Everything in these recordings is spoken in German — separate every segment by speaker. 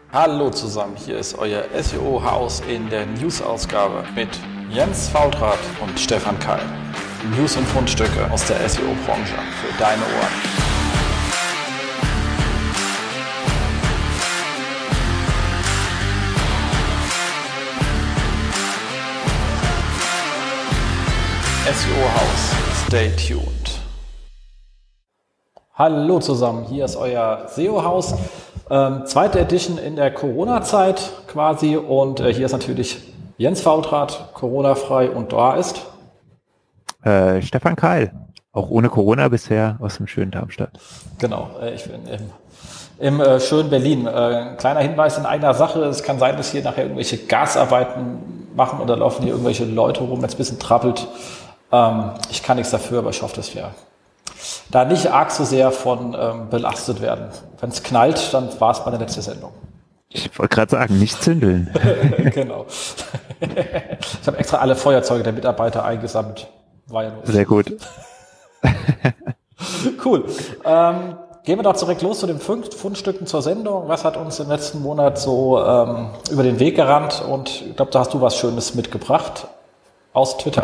Speaker 1: Hallo zusammen, hier ist euer SEO-Haus in der News-Ausgabe mit Jens Faultrat und Stefan Keil. News und Fundstücke aus der SEO-Branche für deine Ohren. SEO-Haus, stay tuned. Hallo zusammen, hier ist euer SEO-Haus. Zweite Edition in der Corona-Zeit quasi und hier ist natürlich Jens Faultrat, Corona-frei und da ist
Speaker 2: Stefan Keil, auch ohne Corona bisher aus dem schönen Darmstadt.
Speaker 1: Genau, ich bin im schönen Berlin. Kleiner Hinweis in eigener Sache, es kann sein, dass hier nachher irgendwelche Gasarbeiten machen oder laufen hier irgendwelche Leute rum, jetzt ein bisschen trappelt. Ich kann nichts dafür, aber ich hoffe, dass wir da nicht arg so sehr von belastet werden. Wenn es knallt, dann war es meine letzte Sendung.
Speaker 2: Ich wollte gerade sagen, nicht zündeln.
Speaker 1: Genau. Ich habe extra alle Feuerzeuge der Mitarbeiter eingesammelt. War ja nur
Speaker 2: sehr gut.
Speaker 1: Cool. Gehen wir doch direkt los zu den Fundstücken zur Sendung. Was hat uns im letzten Monat so über den Weg gerannt? Und ich glaube, da hast du was Schönes mitgebracht aus Twitter.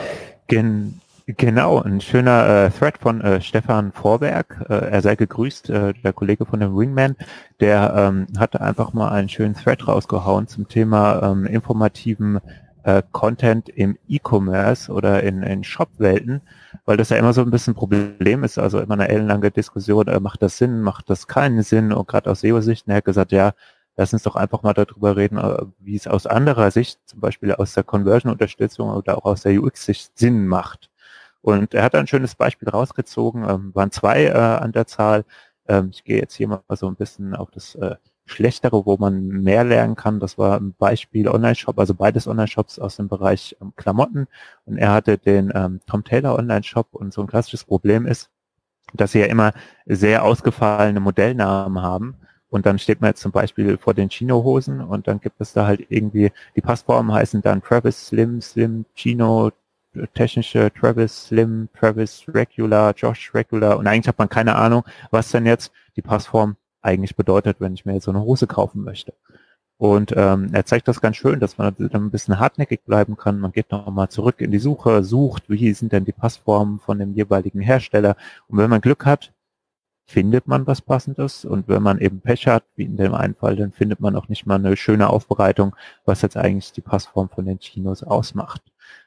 Speaker 2: Genau, ein schöner Thread von Stefan Vorwerk. Er sei gegrüßt, der Kollege von dem Wingman, der hatte einfach mal einen schönen Thread rausgehauen zum Thema informativen Content im E-Commerce oder in Shop-Welten, weil das ja immer so ein bisschen ein Problem ist, also immer eine ellenlange Diskussion, macht das Sinn, macht das keinen Sinn, und gerade aus SEO-Sicht, er hat gesagt, ja, lass uns doch einfach mal darüber reden, wie es aus anderer Sicht, zum Beispiel aus der Conversion-Unterstützung oder auch aus der UX-Sicht Sinn macht. Und er hat ein schönes Beispiel rausgezogen, waren zwei an der Zahl. Ich gehe jetzt hier mal so ein bisschen auf das Schlechtere, wo man mehr lernen kann. Das war ein Beispiel Online-Shop, also beides Online-Shops aus dem Bereich Klamotten. Und er hatte den Tom Taylor Online-Shop, und so ein klassisches Problem ist, dass sie ja immer sehr ausgefallene Modellnamen haben. Und dann steht man jetzt zum Beispiel vor den Chino-Hosen und dann gibt es da halt irgendwie, die Passformen heißen dann Travis Slim, Slim, Chino, technische Travis Slim, Travis Regular, Josh Regular, und eigentlich hat man keine Ahnung, was denn jetzt die Passform eigentlich bedeutet, wenn ich mir jetzt so eine Hose kaufen möchte. Und er zeigt das ganz schön, dass man dann ein bisschen hartnäckig bleiben kann. Man geht nochmal zurück in die Suche, sucht, wie sind denn die Passformen von dem jeweiligen Hersteller. Und wenn man Glück hat, findet man was Passendes. Und wenn man eben Pech hat, wie in dem einen Fall, dann findet man auch nicht mal eine schöne Aufbereitung, was jetzt eigentlich die Passform von den Chinos ausmacht.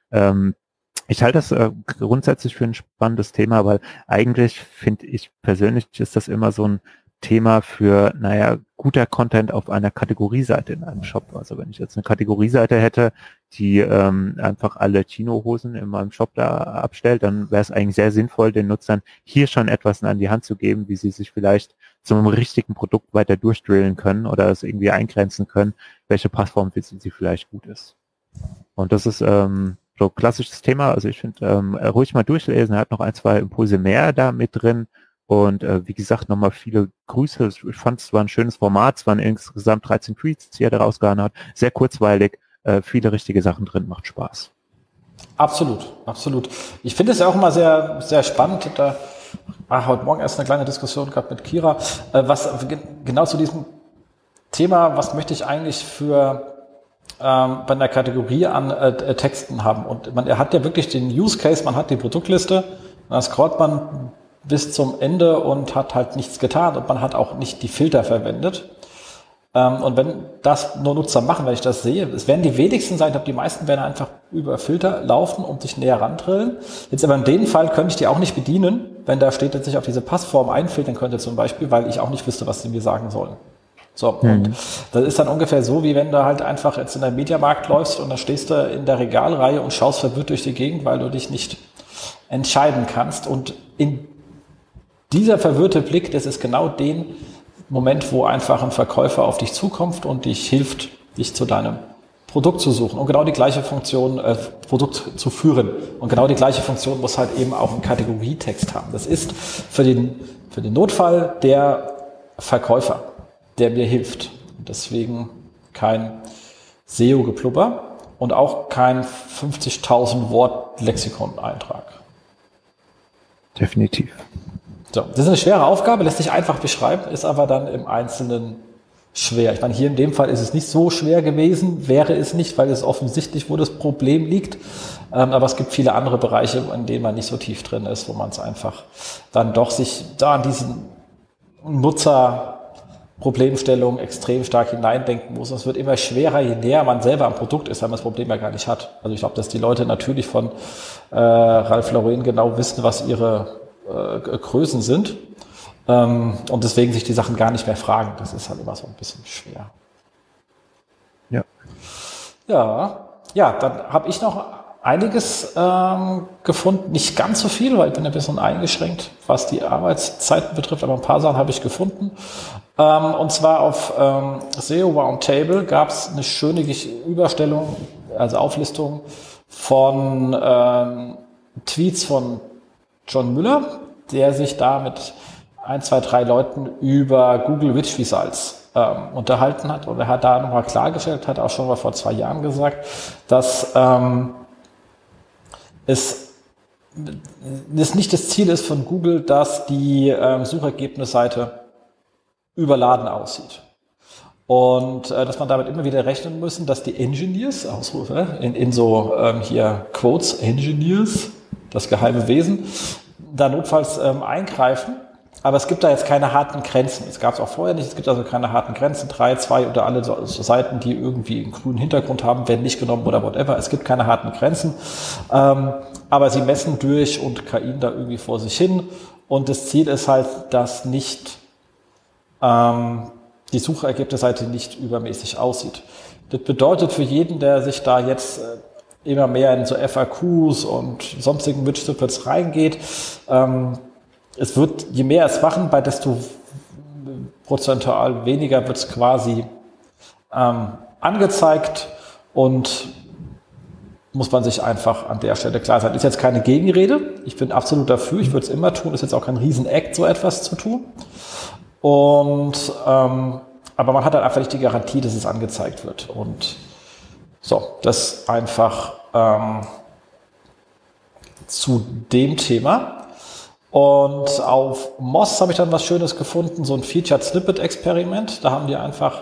Speaker 2: Ich halte das grundsätzlich für ein spannendes Thema, weil eigentlich finde ich persönlich, ist das immer so ein Thema für, guter Content auf einer Kategorieseite in einem Shop. Also wenn ich jetzt eine Kategorieseite hätte, die einfach alle Chino-Hosen in meinem Shop da abstellt, dann wäre es eigentlich sehr sinnvoll, den Nutzern hier schon etwas an die Hand zu geben, wie sie sich vielleicht zu einem richtigen Produkt weiter durchdrillen können oder es irgendwie eingrenzen können, welche Passform für sie vielleicht gut ist. Und das ist so klassisches Thema, also ich finde, ruhig mal durchlesen, er hat noch ein, zwei Impulse mehr da mit drin und wie gesagt, nochmal viele Grüße. Ich fand, es war ein schönes Format, es waren insgesamt 13 Tweets, die er da rausgehauen hat, sehr kurzweilig, viele richtige Sachen drin, macht Spaß.
Speaker 1: Absolut, absolut. Ich finde es ja auch immer sehr, sehr spannend, da heute Morgen erst eine kleine Diskussion gehabt mit Kira, was genau zu diesem Thema, was möchte ich eigentlich für bei einer Kategorie an Texten haben. Und er hat ja wirklich den Use Case, man hat die Produktliste, dann scrollt man bis zum Ende und hat halt nichts getan und man hat auch nicht die Filter verwendet. Und wenn das nur Nutzer machen, wenn ich das sehe, es werden die wenigsten sein, ich glaube, die meisten werden einfach über Filter laufen und sich näher rantrillen. Jetzt aber in dem Fall könnte ich die auch nicht bedienen, wenn da steht, dass ich auf diese Passform einfiltern könnte zum Beispiel, weil ich auch nicht wüsste, was sie mir sagen sollen. So, und das ist dann ungefähr so, wie wenn du halt einfach jetzt in der Mediamarkt läufst und da stehst du in der Regalreihe und schaust verwirrt durch die Gegend, weil du dich nicht entscheiden kannst. Und in dieser verwirrte Blick, das ist genau den Moment, wo einfach ein Verkäufer auf dich zukommt und dich hilft, dich zu deinem Produkt zu suchen. Und genau die gleiche Funktion, Produkt zu führen. Und genau die gleiche Funktion muss halt eben auch einen Kategorietext haben. Das ist für den Notfall der Verkäufer, der mir hilft. Und deswegen kein SEO-Geplubber und auch kein 50.000 Wort Lexikon-Eintrag.
Speaker 2: Definitiv.
Speaker 1: So, das ist eine schwere Aufgabe, lässt sich einfach beschreiben, ist aber dann im Einzelnen schwer. Ich meine, hier in dem Fall ist es nicht so schwer gewesen, wäre es nicht, weil es offensichtlich, wo das Problem liegt. Aber es gibt viele andere Bereiche, in denen man nicht so tief drin ist, wo man es einfach dann doch sich da an diesen Nutzerproblemstellungen extrem stark hineindenken muss. Und es wird immer schwerer, je näher man selber am Produkt ist, weil man das Problem ja gar nicht hat. Also ich glaube, dass die Leute natürlich von Ralph Lauren genau wissen, was ihre Größen sind. Und deswegen sich die Sachen gar nicht mehr fragen. Das ist halt immer so ein bisschen schwer.
Speaker 2: Ja.
Speaker 1: Ja, dann habe ich noch einiges gefunden. Nicht ganz so viel, weil ich bin ein bisschen eingeschränkt, was die Arbeitszeiten betrifft, aber ein paar Sachen habe ich gefunden. Und zwar auf SEO Roundtable gab es eine schöne Überstellung, also Auflistung von Tweets von John Müller, der sich da mit 1, 2, 3 Leuten über Google Witch Results unterhalten hat. Und er hat da nochmal klargestellt, hat auch schon mal vor 2 Jahren gesagt, dass es nicht das Ziel ist von Google, dass die Suchergebnisseite überladen aussieht. Und dass man damit immer wieder rechnen müssen, dass die Engineers, Ausrufe, in so hier Quotes, Engineers, das geheime Wesen, da notfalls eingreifen. Aber es gibt da jetzt keine harten Grenzen. Es gab es auch vorher nicht. Es gibt also keine harten Grenzen. 3, 2 oder alle so Seiten, die irgendwie einen grünen Hintergrund haben, werden nicht genommen oder whatever. Es gibt keine harten Grenzen. Aber sie messen durch und KI da irgendwie vor sich hin. Und das Ziel ist halt, dass nicht die Suchergebnisseite nicht übermäßig aussieht. Das bedeutet für jeden, der sich da jetzt immer mehr in so FAQs und sonstigen Witch-Snippets reingeht, es wird, je mehr es machen, bei desto prozentual weniger wird es quasi angezeigt und muss man sich einfach an der Stelle klar sein. Ist jetzt keine Gegenrede, ich bin absolut dafür, ich würde es immer tun, ist jetzt auch kein Riesen-Act, so etwas zu tun. Und aber man hat dann einfach nicht die Garantie, dass es angezeigt wird. Und so, das einfach zu dem Thema. Und auf Moz habe ich dann was Schönes gefunden, so ein Featured Snippet Experiment. Da haben die einfach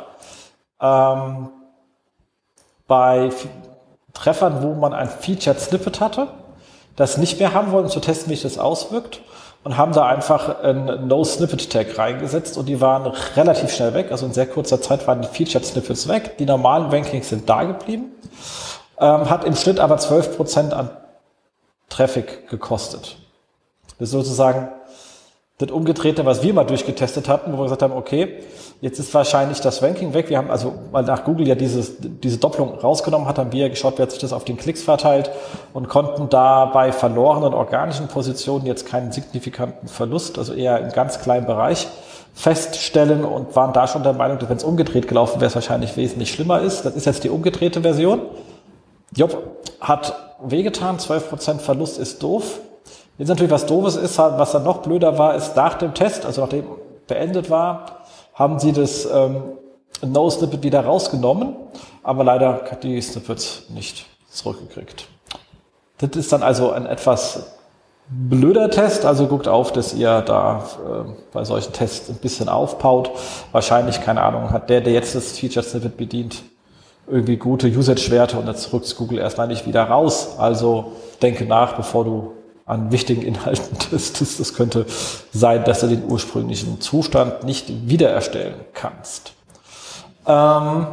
Speaker 1: bei Treffern, wo man ein Featured Snippet hatte, das nicht mehr haben wollen, um zu testen, wie sich das auswirkt. Und haben da einfach ein No-Snippet-Tag reingesetzt und die waren relativ schnell weg. Also in sehr kurzer Zeit waren die Featured Snippets weg. Die normalen Rankings sind da geblieben. Hat im Schnitt aber 12% an Traffic gekostet. Das ist sozusagen das Umgedrehte, was wir mal durchgetestet hatten, wo wir gesagt haben, okay, jetzt ist wahrscheinlich das Ranking weg. Wir haben also, weil nach Google ja diese Doppelung rausgenommen hat, haben wir geschaut, wie hat sich das auf den Klicks verteilt und konnten da bei verlorenen organischen Positionen jetzt keinen signifikanten Verlust, also eher im ganz kleinen Bereich feststellen und waren da schon der Meinung, dass wenn es umgedreht gelaufen wäre, es wahrscheinlich wesentlich schlimmer ist. Das ist jetzt die umgedrehte Version. Job, hat wehgetan, 12% Verlust ist doof. Jetzt natürlich was Doofes ist, was dann noch blöder war, ist nach dem Test, also nachdem beendet war, haben sie das No-Snippet wieder rausgenommen, aber leider hat die Snippets nicht zurückgekriegt. Das ist dann also ein etwas blöder Test, also guckt auf, dass ihr da bei solchen Tests ein bisschen aufbaut. Wahrscheinlich, keine Ahnung, hat der jetzt das Featured Snippet bedient, irgendwie gute Usage-Werte und jetzt rückt Google erstmal nicht wieder raus. Also denke nach, bevor du an wichtigen Inhalten testest. Das könnte sein, dass du den ursprünglichen Zustand nicht wiedererstellen kannst. Dann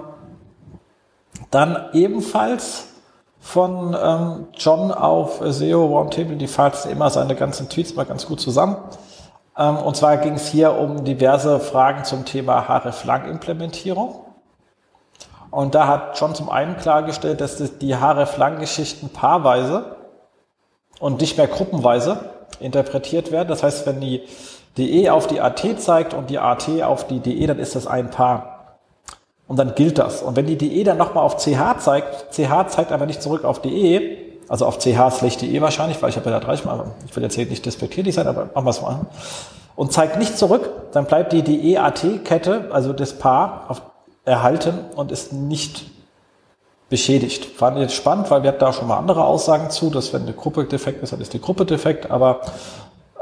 Speaker 1: ebenfalls von John auf SEO Roundtable, die fasst immer seine ganzen Tweets mal ganz gut zusammen. Und zwar ging es hier um diverse Fragen zum Thema hreflang-Implementierung. Und da hat John zum einen klargestellt, dass die hreflang-Geschichten paarweise und nicht mehr gruppenweise interpretiert werden. Das heißt, wenn die DE auf die AT zeigt und die AT auf die DE, dann ist das ein Paar. Und dann gilt das. Und wenn die DE dann nochmal auf CH zeigt, CH zeigt aber nicht zurück auf DE, also auf CH/DE wahrscheinlich, weil ich habe ja da 30 Mal, ich will jetzt hier nicht despektierlich sein, aber machen wir es mal. Und zeigt nicht zurück, dann bleibt die DE-AT-Kette, also das Paar, erhalten und ist nicht beschädigt. Fand ich jetzt spannend, weil wir hatten da schon mal andere Aussagen zu, dass wenn eine Gruppe defekt ist, dann ist die Gruppe defekt, aber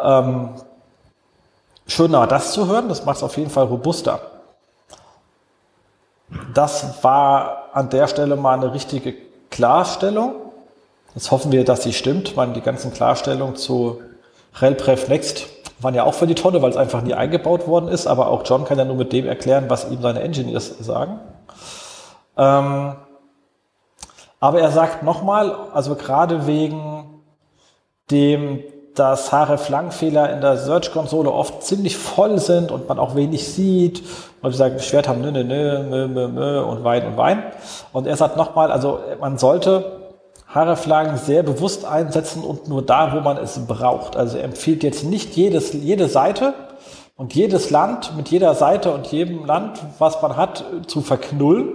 Speaker 1: schöner das zu hören, das macht es auf jeden Fall robuster. Das war an der Stelle mal eine richtige Klarstellung. Jetzt hoffen wir, dass sie stimmt, weil die ganzen Klarstellungen zu RHEL Next waren ja auch für die Tonne, weil es einfach nie eingebaut worden ist. Aber auch John kann ja nur mit dem erklären, was ihm seine Engineers sagen. Aber er sagt nochmal, also gerade wegen dem, dass hreflang-Fehler in der Search-Konsole oft ziemlich voll sind und man auch wenig sieht und wir sagen, beschwert haben, und Wein. Und er sagt nochmal, also man sollte hreflang sehr bewusst einsetzen und nur da, wo man es braucht. Also er empfiehlt jetzt nicht jede Seite und jedes Land mit jeder Seite und jedem Land, was man hat, zu verknullen,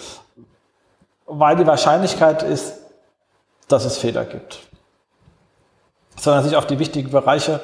Speaker 1: weil die Wahrscheinlichkeit ist, dass es Fehler gibt. Sondern sich auf die wichtigen Bereiche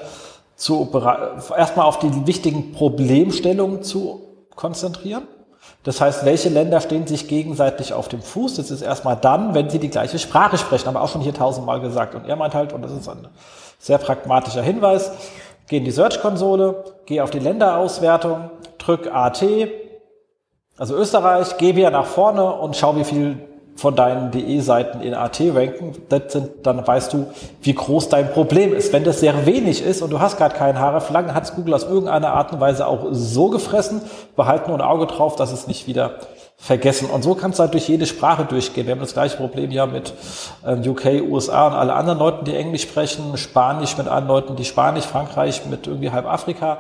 Speaker 1: erstmal auf die wichtigen Problemstellungen zu konzentrieren. Das heißt, welche Länder stehen sich gegenseitig auf dem Fuß? Das ist erstmal dann, wenn sie die gleiche Sprache sprechen, haben wir auch schon hier 1000-mal gesagt. Und er meint halt, und das ist ein sehr pragmatischer Hinweis, geh in die Search-Konsole, geh auf die Länderauswertung, drück AT, also Österreich, geh wieder nach vorne und schau, wie viel von deinen DE-Seiten in AT ranken. Dann weißt du, wie groß dein Problem ist. Wenn das sehr wenig ist und du hast gerade keinen hreflang, dann hat es Google aus irgendeiner Art und Weise auch so gefressen. Behalt nur ein Auge drauf, dass es nicht wieder vergessen. Und so kannst du halt durch jede Sprache durchgehen. Wir haben das gleiche Problem ja mit UK, USA und alle anderen Leuten, die Englisch sprechen, Spanisch mit allen Leuten, die Spanisch, Frankreich mit irgendwie halb Afrika.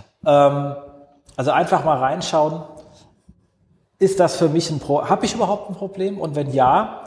Speaker 1: Also einfach mal reinschauen. Ist das für mich habe ich überhaupt ein Problem? Und wenn ja,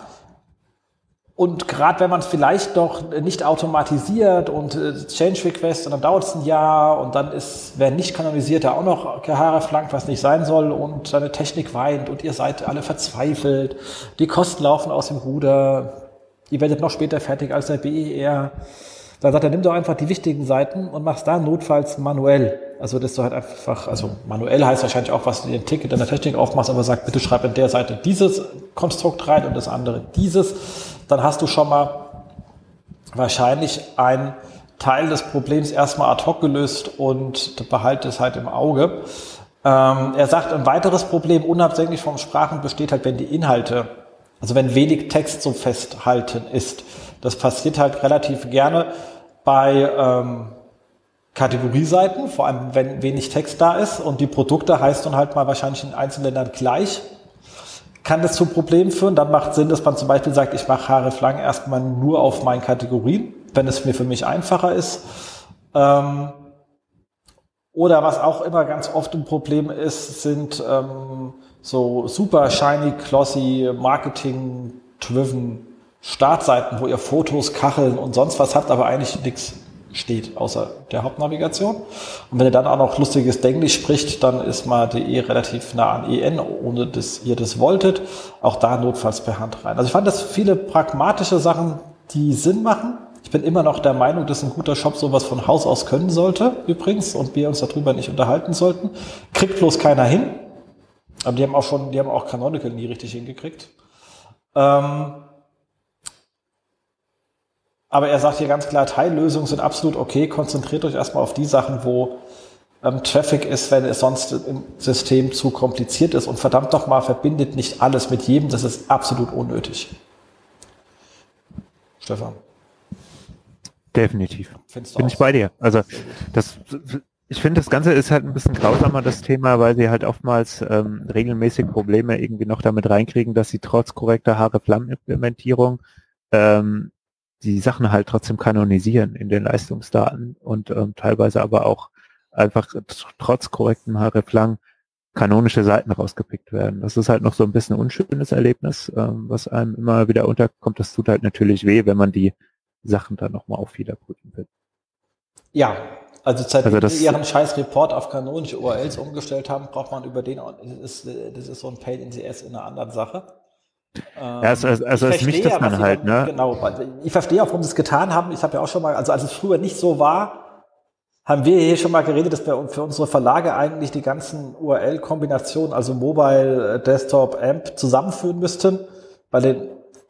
Speaker 1: und gerade wenn man es vielleicht doch nicht automatisiert und Change Request, und dann dauert es ein Jahr und dann ist, wer nicht kanonisiert, da auch noch hreflang, was nicht sein soll und seine Technik weint und ihr seid alle verzweifelt, die Kosten laufen aus dem Ruder, ihr werdet noch später fertig als der BER. Dann sagt er, nimm doch einfach die wichtigen Seiten und mach's da notfalls manuell. Also das du halt einfach, also manuell heißt wahrscheinlich auch, was du den Ticket in der Technik aufmachst, aber sag, bitte schreib in der Seite dieses Konstrukt rein und das andere dieses. Dann hast du schon mal wahrscheinlich einen Teil des Problems erstmal ad hoc gelöst und behalte es halt im Auge. Er sagt, ein weiteres Problem unabhängig von Sprachen besteht halt, wenn die Inhalte, also wenn wenig Text zum Festhalten ist. Das passiert halt relativ gerne bei Kategorieseiten, vor allem wenn wenig Text da ist und die Produkte heißt dann halt mal wahrscheinlich in einzelnen Ländern gleich, kann das zu Problemen führen. Dann macht Sinn, dass man zum Beispiel sagt, ich mache hreflang erstmal nur auf meinen Kategorien, wenn es mir für mich einfacher ist. Oder was auch immer ganz oft ein Problem ist, sind so super shiny, glossy, marketing-driven Startseiten, wo ihr Fotos, Kacheln und sonst was habt, aber eigentlich nichts steht, außer der Hauptnavigation. Und wenn ihr dann auch noch lustiges Denglisch spricht, dann ist mal DE relativ nah an EN, ohne dass ihr das wolltet. Auch da notfalls per Hand rein. Also ich fand das viele pragmatische Sachen, die Sinn machen. Ich bin immer noch der Meinung, dass ein guter Shop sowas von Haus aus können sollte, übrigens, und wir uns darüber nicht unterhalten sollten. Kriegt bloß keiner hin. Aber die haben auch Canonical nie richtig hingekriegt. Aber er sagt hier ganz klar, Teillösungen sind absolut okay. Konzentriert euch erstmal auf die Sachen, wo Traffic ist, wenn es sonst im System zu kompliziert ist. Und verdammt doch mal, verbindet nicht alles mit jedem. Das ist absolut unnötig. Stefan.
Speaker 2: Definitiv. Bin ich bei dir. Also ich finde, das Ganze ist halt ein bisschen grausamer, das Thema, weil sie halt oftmals regelmäßig Probleme irgendwie noch damit reinkriegen, dass sie trotz korrekter hreflang-Implementierung die Sachen halt trotzdem kanonisieren in den Leistungsdaten und teilweise aber auch einfach trotz korrektem hreflang kanonische Seiten rausgepickt werden. Das ist halt noch so ein bisschen ein unschönes Erlebnis, was einem immer wieder unterkommt. Das tut halt natürlich weh, wenn man die Sachen dann nochmal auf Fehler prüfen will.
Speaker 1: Ja, also seitdem sie ihren scheiß Report auf kanonische URLs umgestellt haben, braucht man über den, das ist so ein Pain in the ass in einer anderen Sache.
Speaker 2: Ja, also es mischt das dann halt, ne?
Speaker 1: Genau, ich verstehe auch, warum sie es getan haben. Ich habe ja auch schon mal, also als es früher nicht so war, haben wir hier schon mal geredet, dass wir für unsere Verlage eigentlich die ganzen URL-Kombinationen, also Mobile, Desktop, AMP, zusammenführen müssten, weil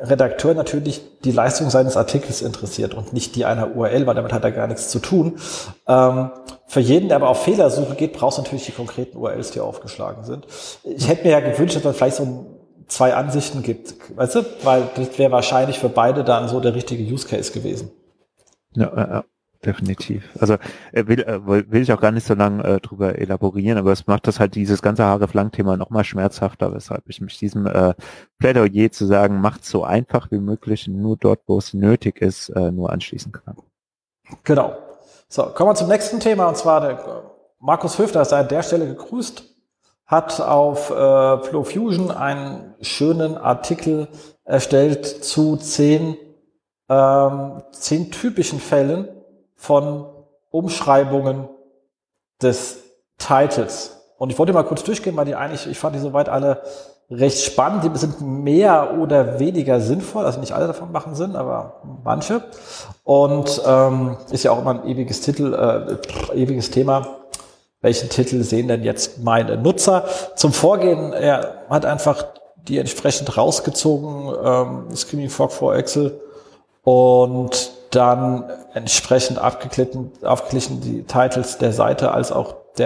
Speaker 1: Redakteur natürlich die Leistung seines Artikels interessiert und nicht die einer URL, weil damit hat er gar nichts zu tun. Für jeden, der aber auf Fehlersuche geht, brauchst du natürlich die konkreten URLs, die aufgeschlagen sind. Ich hätte mir ja gewünscht, dass man vielleicht so 2 Ansichten gibt, weißt du? Weil das wäre wahrscheinlich für beide dann so der richtige Use Case gewesen.
Speaker 2: Ja, definitiv. Also will ich auch gar nicht so lange drüber elaborieren, aber es macht das halt dieses ganze Hreflang-Thema nochmal schmerzhafter, weshalb ich mich diesem Plädoyer zu sagen, macht es so einfach wie möglich, nur dort, wo es nötig ist, nur anschließen kann.
Speaker 1: Genau. So, kommen wir zum nächsten Thema, und zwar der Markus Höfler ist an der Stelle gegrüßt, hat auf Flowfusion einen schönen Artikel erstellt zu 10 typischen Fällen von Umschreibungen des Titles. Und ich wollte mal kurz durchgehen, weil ich fand die soweit alle recht spannend. Die sind mehr oder weniger sinnvoll, also nicht alle davon machen Sinn, aber manche. Und ist ja auch immer ein ewiges Thema. Welchen Titel sehen denn jetzt meine Nutzer? Zum Vorgehen, er hat einfach die entsprechend rausgezogen, Screaming Frog for Excel, und dann entsprechend aufgeglichen die Titles der Seite als auch die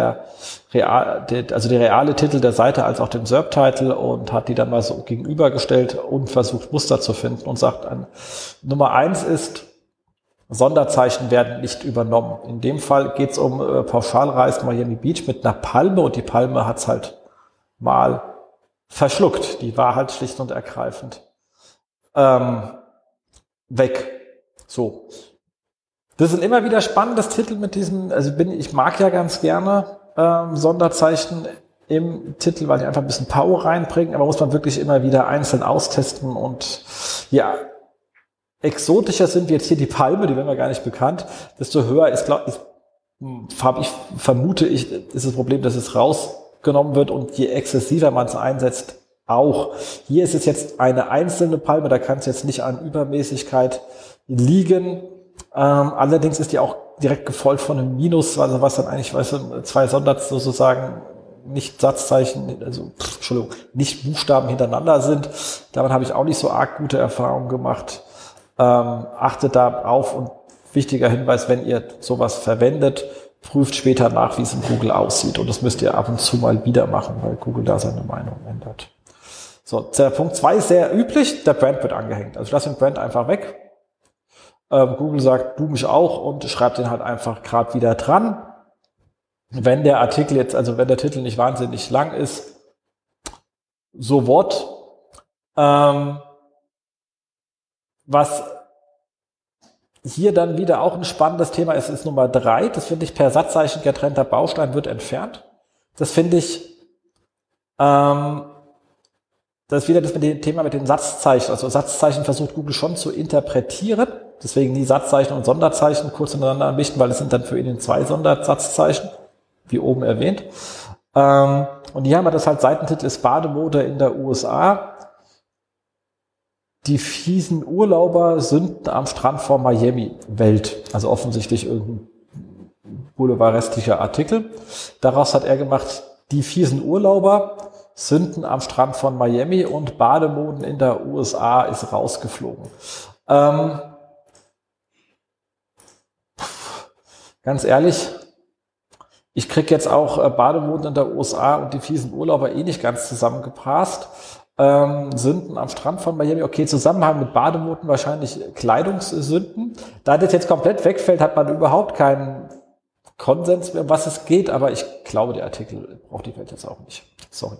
Speaker 1: reale Titel der Seite als auch den SERP-Titel, und hat die dann mal so gegenübergestellt und versucht, Muster zu finden, und sagt, Nummer 1 ist, Sonderzeichen werden nicht übernommen. In dem Fall geht es um Pauschalreisen Miami Beach mit einer Palme, und die Palme hat's halt mal verschluckt. Die war halt schlicht und ergreifend weg. So. Das sind immer wieder spannende Titel mit diesem, ich mag ja ganz gerne Sonderzeichen im Titel, weil die einfach ein bisschen Power reinbringen, aber muss man wirklich immer wieder einzeln austesten, und ja, exotischer sind wie jetzt hier die Palme, die wäre mir gar nicht bekannt, desto höher ist das Problem, dass es rausgenommen wird, und je exzessiver man es einsetzt, auch. Hier ist es jetzt eine einzelne Palme, da kann es jetzt nicht an Übermäßigkeit liegen. Allerdings ist die auch direkt gefolgt von einem Minus, also was dann eigentlich, 2 Sonderzeichen sozusagen, nicht Satzzeichen, nicht Buchstaben hintereinander sind. Damit habe ich auch nicht so arg gute Erfahrungen gemacht. Achtet da auf, und wichtiger Hinweis, wenn ihr sowas verwendet, prüft später nach, wie es in Google aussieht, und das müsst ihr ab und zu mal wieder machen, weil Google da seine Meinung ändert. So, der Punkt 2 ist sehr üblich, der Brand wird angehängt. Also ich lasse den Brand einfach weg. Google sagt, du mich auch, und schreibt den halt einfach gerade wieder dran. Wenn der Artikel wenn der Titel nicht wahnsinnig lang ist, so what. Was hier dann wieder auch ein spannendes Thema ist Nummer 3. Das finde ich, per Satzzeichen getrennter Baustein wird entfernt. Das finde ich, das ist wieder das Thema mit den Satzzeichen. Also Satzzeichen versucht Google schon zu interpretieren. Deswegen die Satzzeichen und Sonderzeichen kurz hintereinander mischen, weil es sind dann für ihn 2 Sondersatzzeichen, wie oben erwähnt. Und hier haben wir das halt, Seitentitel ist Bademode in der USA. Die fiesen Urlauber sünden am Strand vor Miami, Welt. Also offensichtlich irgendein boulevardistischer Artikel. Daraus hat er gemacht, die fiesen Urlauber sünden am Strand von Miami, und Bademoden in der USA ist rausgeflogen. Ganz ehrlich, ich kriege jetzt auch Bademoden in der USA und die fiesen Urlauber nicht ganz zusammengepasst. Sünden am Strand von Miami, okay, Zusammenhang mit Bademoden wahrscheinlich Kleidungssünden. Da das jetzt komplett wegfällt, hat man überhaupt keinen Konsens mehr, um was es geht, aber ich glaube, der Artikel braucht die Welt jetzt auch nicht. Sorry.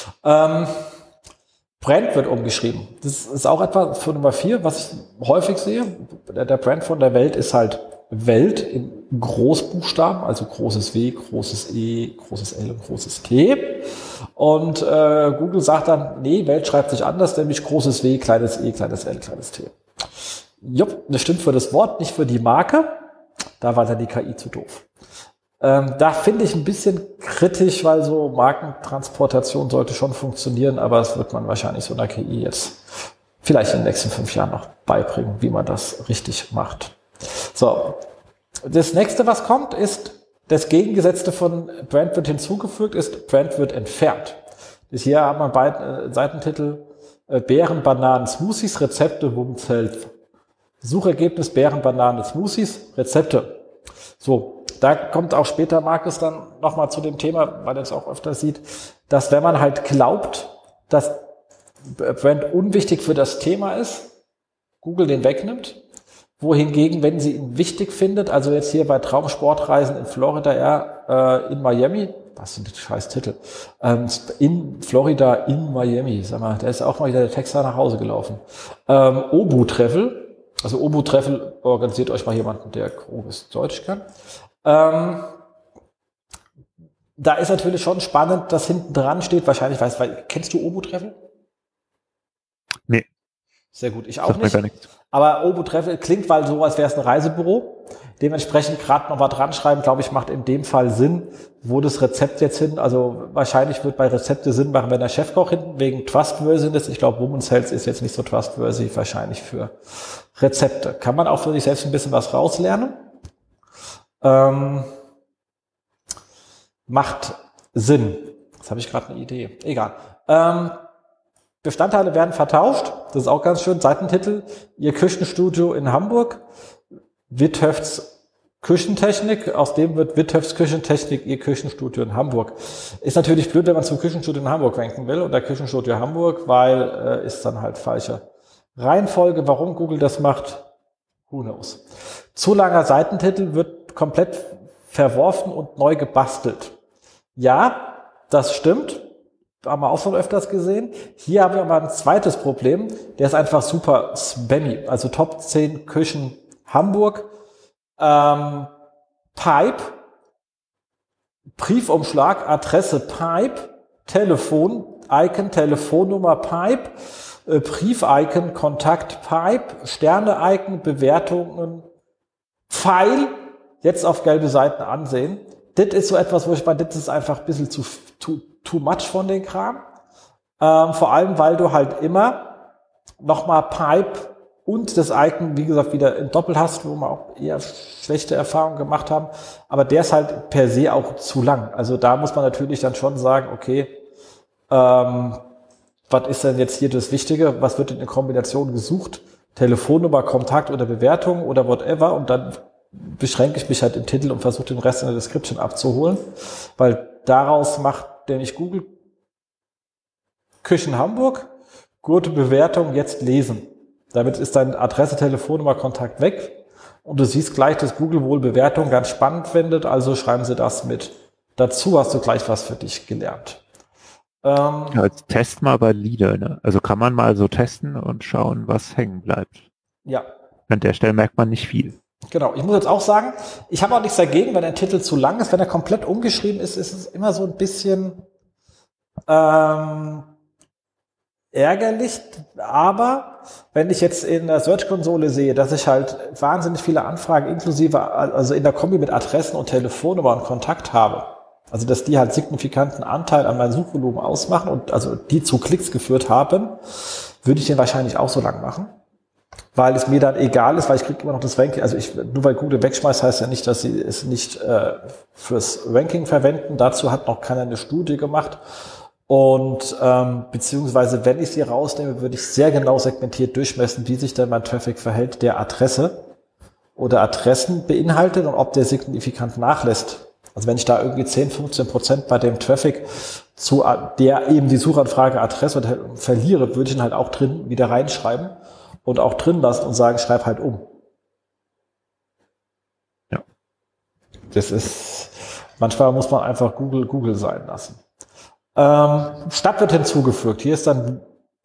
Speaker 1: Brand wird umgeschrieben. Das ist auch etwa für Nummer 4, was ich häufig sehe. Der Brand von der Welt ist halt Welt in Großbuchstaben, also großes W, großes E, großes L und großes T. Und Google sagt dann, nee, Welt schreibt sich anders, nämlich großes W, kleines E, kleines L, kleines T. Jupp, das stimmt für das Wort, nicht für die Marke. Da war dann die KI zu doof. Da finde ich ein bisschen kritisch, weil so Markentransportation sollte schon funktionieren, aber das wird man wahrscheinlich so einer KI jetzt vielleicht in den nächsten 5 Jahren noch beibringen, wie man das richtig macht. So, das nächste, was kommt, ist das Gegengesetzte von Brand wird hinzugefügt, ist Brand wird entfernt. Hier haben wir beide Seitentitel Beeren, Bananen, Smoothies, Rezepte, Women's Health. Suchergebnis Beeren, Bananen, Smoothies, Rezepte. So, da kommt auch später Markus dann nochmal zu dem Thema, weil er es auch öfter sieht, dass wenn man halt glaubt, dass Brand unwichtig für das Thema ist, Google den wegnimmt. Wohingegen, wenn sie ihn wichtig findet, also jetzt hier bei Traumsportreisen in Florida, in Miami, was sind die scheiß Titel, in Florida, in Miami, sag mal, da ist auch mal wieder der Texter nach Hause gelaufen. Obu-Treffel, also Obu-Treffel organisiert euch mal jemanden, der grobes Deutsch kann. Da ist natürlich schon spannend, dass hinten dran steht, wahrscheinlich, kennst du Obu-Treffel?
Speaker 2: Nee.
Speaker 1: Sehr gut, ich auch nicht. Aber Obu-Treffel klingt weil so, als wäre es ein Reisebüro. Dementsprechend gerade noch mal dran schreiben, glaube ich, macht in dem Fall Sinn, wo das Rezept jetzt hin. Also wahrscheinlich wird bei Rezepte Sinn machen, wenn der Chefkoch hinten wegen Trustworthiness. Ich glaube, Women's Health ist jetzt nicht so trustworthy, wahrscheinlich für Rezepte. Kann man auch für sich selbst ein bisschen was rauslernen. Macht Sinn. Jetzt habe ich gerade eine Idee. Egal. Bestandteile werden vertauscht. Das ist auch ganz schön. Seitentitel. Ihr Küchenstudio in Hamburg. Withöfts Küchentechnik. Aus dem wird Withöfts Küchentechnik Ihr Küchenstudio in Hamburg. Ist natürlich blöd, wenn man zum Küchenstudio in Hamburg ranken will. Oder Küchenstudio Hamburg, weil ist dann halt falsche Reihenfolge. Warum Google das macht, who knows. Zu langer Seitentitel wird komplett verworfen und neu gebastelt. Ja, das stimmt. Haben wir auch schon öfters gesehen. Hier haben wir aber ein zweites Problem. Der ist einfach super spammy. Also Top 10 Küchen Hamburg. Pipe. Briefumschlag, Adresse Pipe. Telefon, Icon, Telefonnummer Pipe. Brief-Icon, Kontakt Pipe. Sterne-Icon, Bewertungen Pfeil. Jetzt auf gelbe Seiten ansehen. Das ist so etwas, wo ich meine, das ist einfach ein bisschen too much von den Kram. Vor allem, weil du halt immer nochmal Pipe und das Icon, wie gesagt, wieder in Doppel hast, wo wir auch eher schlechte Erfahrungen gemacht haben. Aber der ist halt per se auch zu lang. Also da muss man natürlich dann schon sagen, okay, was ist denn jetzt hier das Wichtige? Was wird in Kombination gesucht? Telefonnummer, Kontakt oder Bewertung oder whatever. Und dann beschränke ich mich halt im Titel und versuche den Rest in der Description abzuholen, weil daraus macht der nicht Google Küchen Hamburg, gute Bewertung, jetzt lesen. Damit ist deine Adresse, Telefonnummer, Kontakt weg und du siehst gleich, dass Google wohl Bewertung ganz spannend findet, also schreiben sie das mit dazu, hast du gleich was für dich gelernt.
Speaker 2: Ja, jetzt test mal bei Lieder, ne? Also kann man mal so testen und schauen, was hängen bleibt.
Speaker 1: Ja.
Speaker 2: An der Stelle merkt man nicht viel.
Speaker 1: Genau, ich muss jetzt auch sagen, ich habe auch nichts dagegen, wenn ein Titel zu lang ist. Wenn er komplett umgeschrieben ist, ist es immer so ein bisschen ärgerlich. Aber wenn ich jetzt in der Search-Konsole sehe, dass ich halt wahnsinnig viele Anfragen inklusive, also in der Kombi mit Adressen und Telefonnummer und Kontakt habe, also dass die halt signifikanten Anteil an meinem Suchvolumen ausmachen und also die zu Klicks geführt haben, würde ich den wahrscheinlich auch so lang machen. Weil es mir dann egal ist, weil ich kriege immer noch das Ranking, also nur weil Google wegschmeißt, heißt ja nicht, dass sie es nicht fürs Ranking verwenden. Dazu hat noch keiner eine Studie gemacht. Und beziehungsweise, wenn ich sie rausnehme, würde ich sehr genau segmentiert durchmessen, wie sich denn mein Traffic verhält, der Adresse oder Adressen beinhaltet und ob der signifikant nachlässt. Also wenn ich da irgendwie 10-15% bei dem Traffic zu der eben die Suchanfrage Adresse verliere, würde ich ihn halt auch drin wieder reinschreiben. Und auch drin lassen und sagen, schreib halt um.
Speaker 2: Ja.
Speaker 1: Das ist, manchmal muss man einfach Google sein lassen. Stadt wird hinzugefügt. Hier ist dann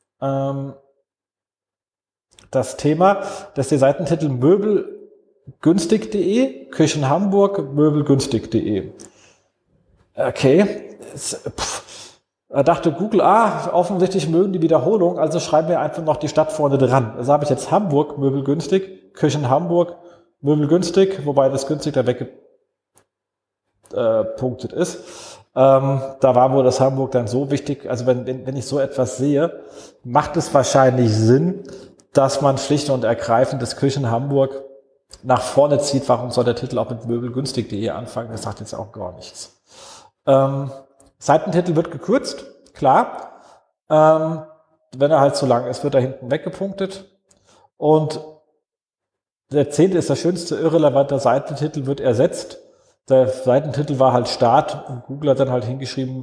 Speaker 1: das Thema, dass der Seitentitel möbelgünstig.de, Küchen Hamburg, möbelgünstig.de. Okay. Da dachte Google, offensichtlich mögen die Wiederholung, also schreiben wir einfach noch die Stadt vorne dran. Also habe ich jetzt Hamburg, möbelgünstig, Küchen Hamburg, möbelgünstig, wobei das günstig da weggepunktet ist. Da war wohl das Hamburg dann so wichtig, also wenn ich so etwas sehe, macht es wahrscheinlich Sinn, dass man schlicht und ergreifend das Küchen Hamburg nach vorne zieht. Warum soll der Titel auch mit möbelgünstig.de anfangen? Das sagt jetzt auch gar nichts. Seitentitel wird gekürzt, klar. wenn er halt zu lang ist, wird er hinten weggepunktet. Und der 10. ist der schönste irrelevante Seitentitel, wird ersetzt. Der Seitentitel war halt Start und Google hat dann halt hingeschrieben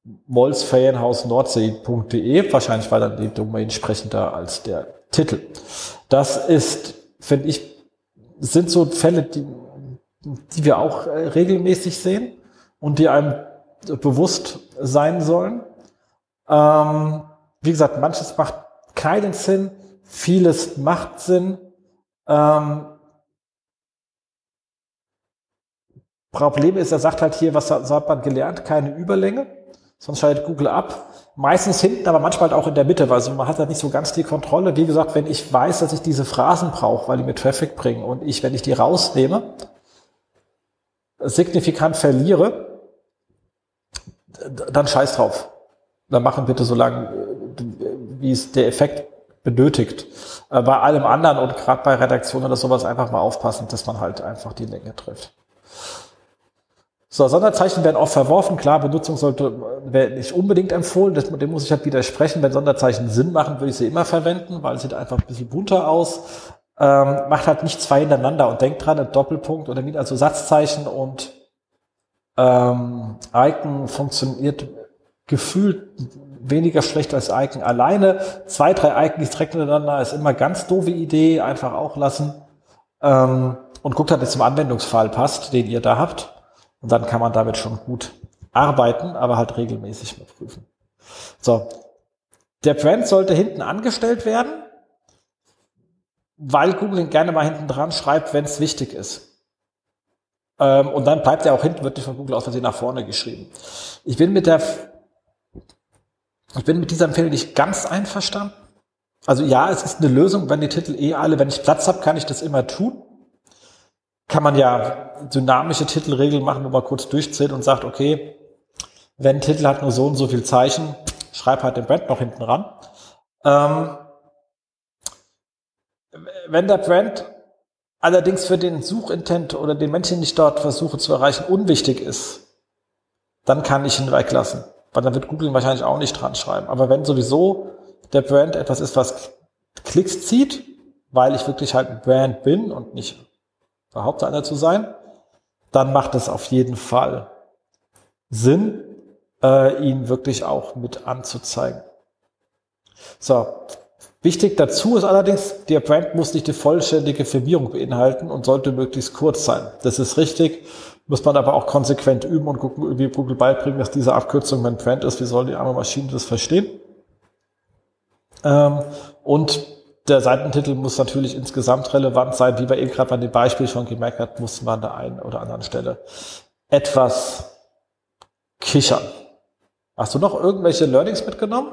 Speaker 1: molsferienhausnordsee.de. Wahrscheinlich war dann die Domain sprechender als der Titel. Das ist, finde ich, sind so Fälle, die wir auch regelmäßig sehen und die einem bewusst sein sollen. Wie gesagt, manches macht keinen Sinn, vieles macht Sinn. Problem ist, er sagt halt hier, was hat man gelernt? Keine Überlänge, sonst schaltet Google ab. Meistens hinten, aber manchmal halt auch in der Mitte, weil man hat halt nicht so ganz die Kontrolle. Wie gesagt, wenn ich weiß, dass ich diese Phrasen brauche, weil die mir Traffic bringen und wenn ich die rausnehme, signifikant verliere, dann scheiß drauf. Dann machen bitte so lange, wie es der Effekt benötigt. Bei allem anderen und gerade bei Redaktion oder sowas einfach mal aufpassen, dass man halt einfach die Länge trifft. So, Sonderzeichen werden oft verworfen. Klar, Benutzung wäre nicht unbedingt empfohlen. Dem muss ich halt widersprechen. Wenn Sonderzeichen Sinn machen, würde ich sie immer verwenden, weil es sieht einfach ein bisschen bunter aus. Macht halt nicht zwei hintereinander und denkt dran, ein Doppelpunkt oder also Satzzeichen und Icon funktioniert gefühlt weniger schlecht als Icon alleine. 2, 3 Icons direkt hintereinander ist immer ganz doofe Idee. Einfach auch lassen. Und guckt halt, dass es zum Anwendungsfall passt, den ihr da habt. Und dann kann man damit schon gut arbeiten, aber halt regelmäßig mal prüfen. So. Der Brand sollte hinten angestellt werden, weil Google ihn gerne mal hinten dran schreibt, wenn es wichtig ist. Und dann bleibt er auch hinten, wird nicht von Google aus Versehen nach vorne geschrieben. Ich bin mit dieser Empfehlung nicht ganz einverstanden. Also ja, es ist eine Lösung, wenn die Titel wenn ich Platz habe, kann ich das immer tun. Kann man ja dynamische Titelregeln machen, wo man kurz durchzählt und sagt, okay, wenn ein Titel hat nur so und so viel Zeichen, schreib halt den Brand noch hinten ran. Wenn der Brand allerdings für den Suchintent oder den Menschen, den ich dort versuche zu erreichen, unwichtig ist, dann kann ich ihn weglassen. Weil dann wird Google wahrscheinlich auch nicht dran schreiben. Aber wenn sowieso der Brand etwas ist, was Klicks zieht, weil ich wirklich halt ein Brand bin und nicht behaupte, einer zu sein, dann macht es auf jeden Fall Sinn, ihn wirklich auch mit anzuzeigen. So, wichtig dazu ist allerdings, der Brand muss nicht die vollständige Firmierung beinhalten und sollte möglichst kurz sein. Das ist richtig, muss man aber auch konsequent üben und gucken, wie Google beibringen, dass diese Abkürzung mein Brand ist. Wie soll die arme Maschine das verstehen? Und der Seitentitel muss natürlich insgesamt relevant sein, wie wir eben gerade bei dem Beispiel schon gemerkt haben, muss man an der einen oder anderen Stelle etwas kichern. Hast du noch irgendwelche Learnings mitgenommen?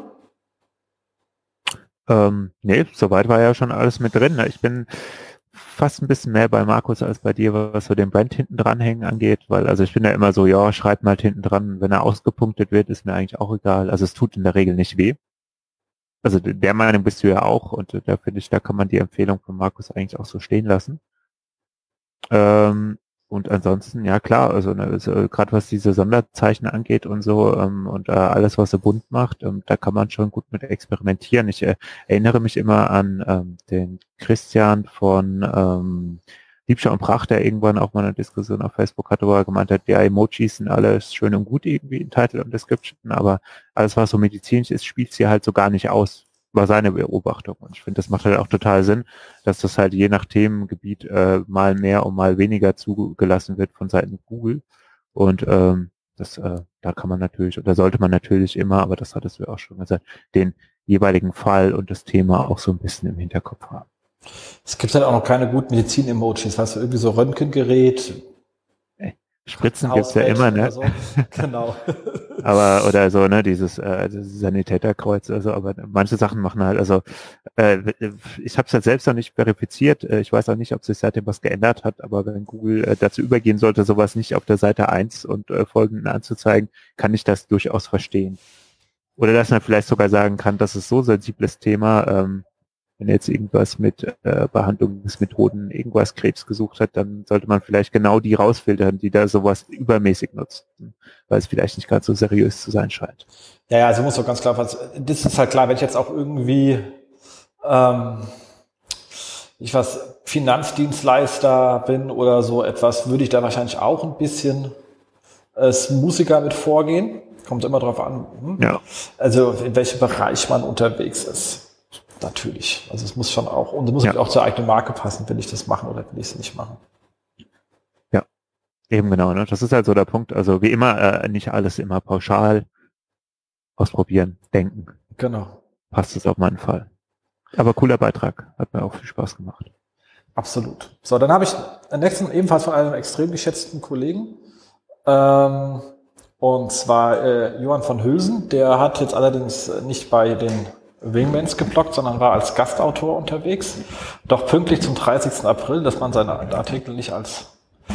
Speaker 2: Nee, soweit war ja schon alles mit drin. Ich bin fast ein bisschen mehr bei Markus als bei dir, was so den Brand hinten dranhängen angeht, weil also ich bin ja immer so, ja, schreib mal hinten dran, wenn er ausgepunktet wird, ist mir eigentlich auch egal. Also es tut in der Regel nicht weh. Also der Meinung bist du ja auch und da finde ich, da kann man die Empfehlung von Markus eigentlich auch so stehen lassen. Und ansonsten, ja klar, also gerade was diese Sonderzeichen angeht und so und alles, was er bunt macht, da kann man schon gut mit experimentieren. Ich erinnere mich immer an den Christian von Liebscher und Pracht, der irgendwann auch mal eine Diskussion auf Facebook hatte, wo er gemeint hat, ja, Emojis sind alles schön und gut irgendwie in Title und Description, aber alles, was so medizinisch ist, spielt sie halt so gar nicht aus. War seine Beobachtung. Und ich finde, das macht halt auch total Sinn, dass das halt je nach Themengebiet mal mehr und mal weniger zugelassen wird von Seiten Google. Und da kann man natürlich, oder sollte man natürlich immer, aber das hattest du auch schon gesagt, den jeweiligen Fall und das Thema auch so ein bisschen im Hinterkopf haben.
Speaker 1: Es gibt halt auch noch keine guten Medizin-Emojis, weißt du, irgendwie so Röntgengerät.
Speaker 2: Spritzen gibt's ja immer, ne?
Speaker 1: So. Genau.
Speaker 2: Aber, oder so, ne, dieses Sanitäterkreuz, also, aber manche Sachen machen halt, also ich habe es halt selbst noch nicht verifiziert, ich weiß auch nicht, ob sich seitdem was geändert hat, aber wenn Google dazu übergehen sollte, sowas nicht auf der Seite 1 und folgenden anzuzeigen, kann ich das durchaus verstehen. Oder dass man vielleicht sogar sagen kann, das ist so sensibles Thema, wenn er jetzt irgendwas mit Behandlungsmethoden, irgendwas Krebs gesucht hat, dann sollte man vielleicht genau die rausfiltern, die da sowas übermäßig nutzen, weil es vielleicht nicht ganz so seriös zu sein scheint.
Speaker 1: Ja, also muss doch ganz klar, das ist halt klar, wenn ich jetzt auch irgendwie Finanzdienstleister bin oder so etwas, würde ich da wahrscheinlich auch ein bisschen als Musiker mit vorgehen. Kommt immer drauf an.
Speaker 2: Ja.
Speaker 1: Also in welchem Bereich man unterwegs ist. Natürlich. Also es muss schon auch, und es muss auch zur eigenen Marke passen, will ich das machen oder will ich es nicht machen.
Speaker 2: Ja, eben genau. Ne? Das ist halt so der Punkt. Also wie immer, nicht alles immer pauschal ausprobieren, denken.
Speaker 1: Genau.
Speaker 2: Passt es auf meinen Fall. Aber cooler Beitrag. Hat mir auch viel Spaß gemacht.
Speaker 1: Absolut. So, dann habe ich den nächsten ebenfalls von einem extrem geschätzten Kollegen. Und zwar Johann von Hülsen. Der hat jetzt allerdings nicht bei den Wingmans gebloggt, sondern war als Gastautor unterwegs. Doch pünktlich zum 30. April, dass man seine Artikel nicht als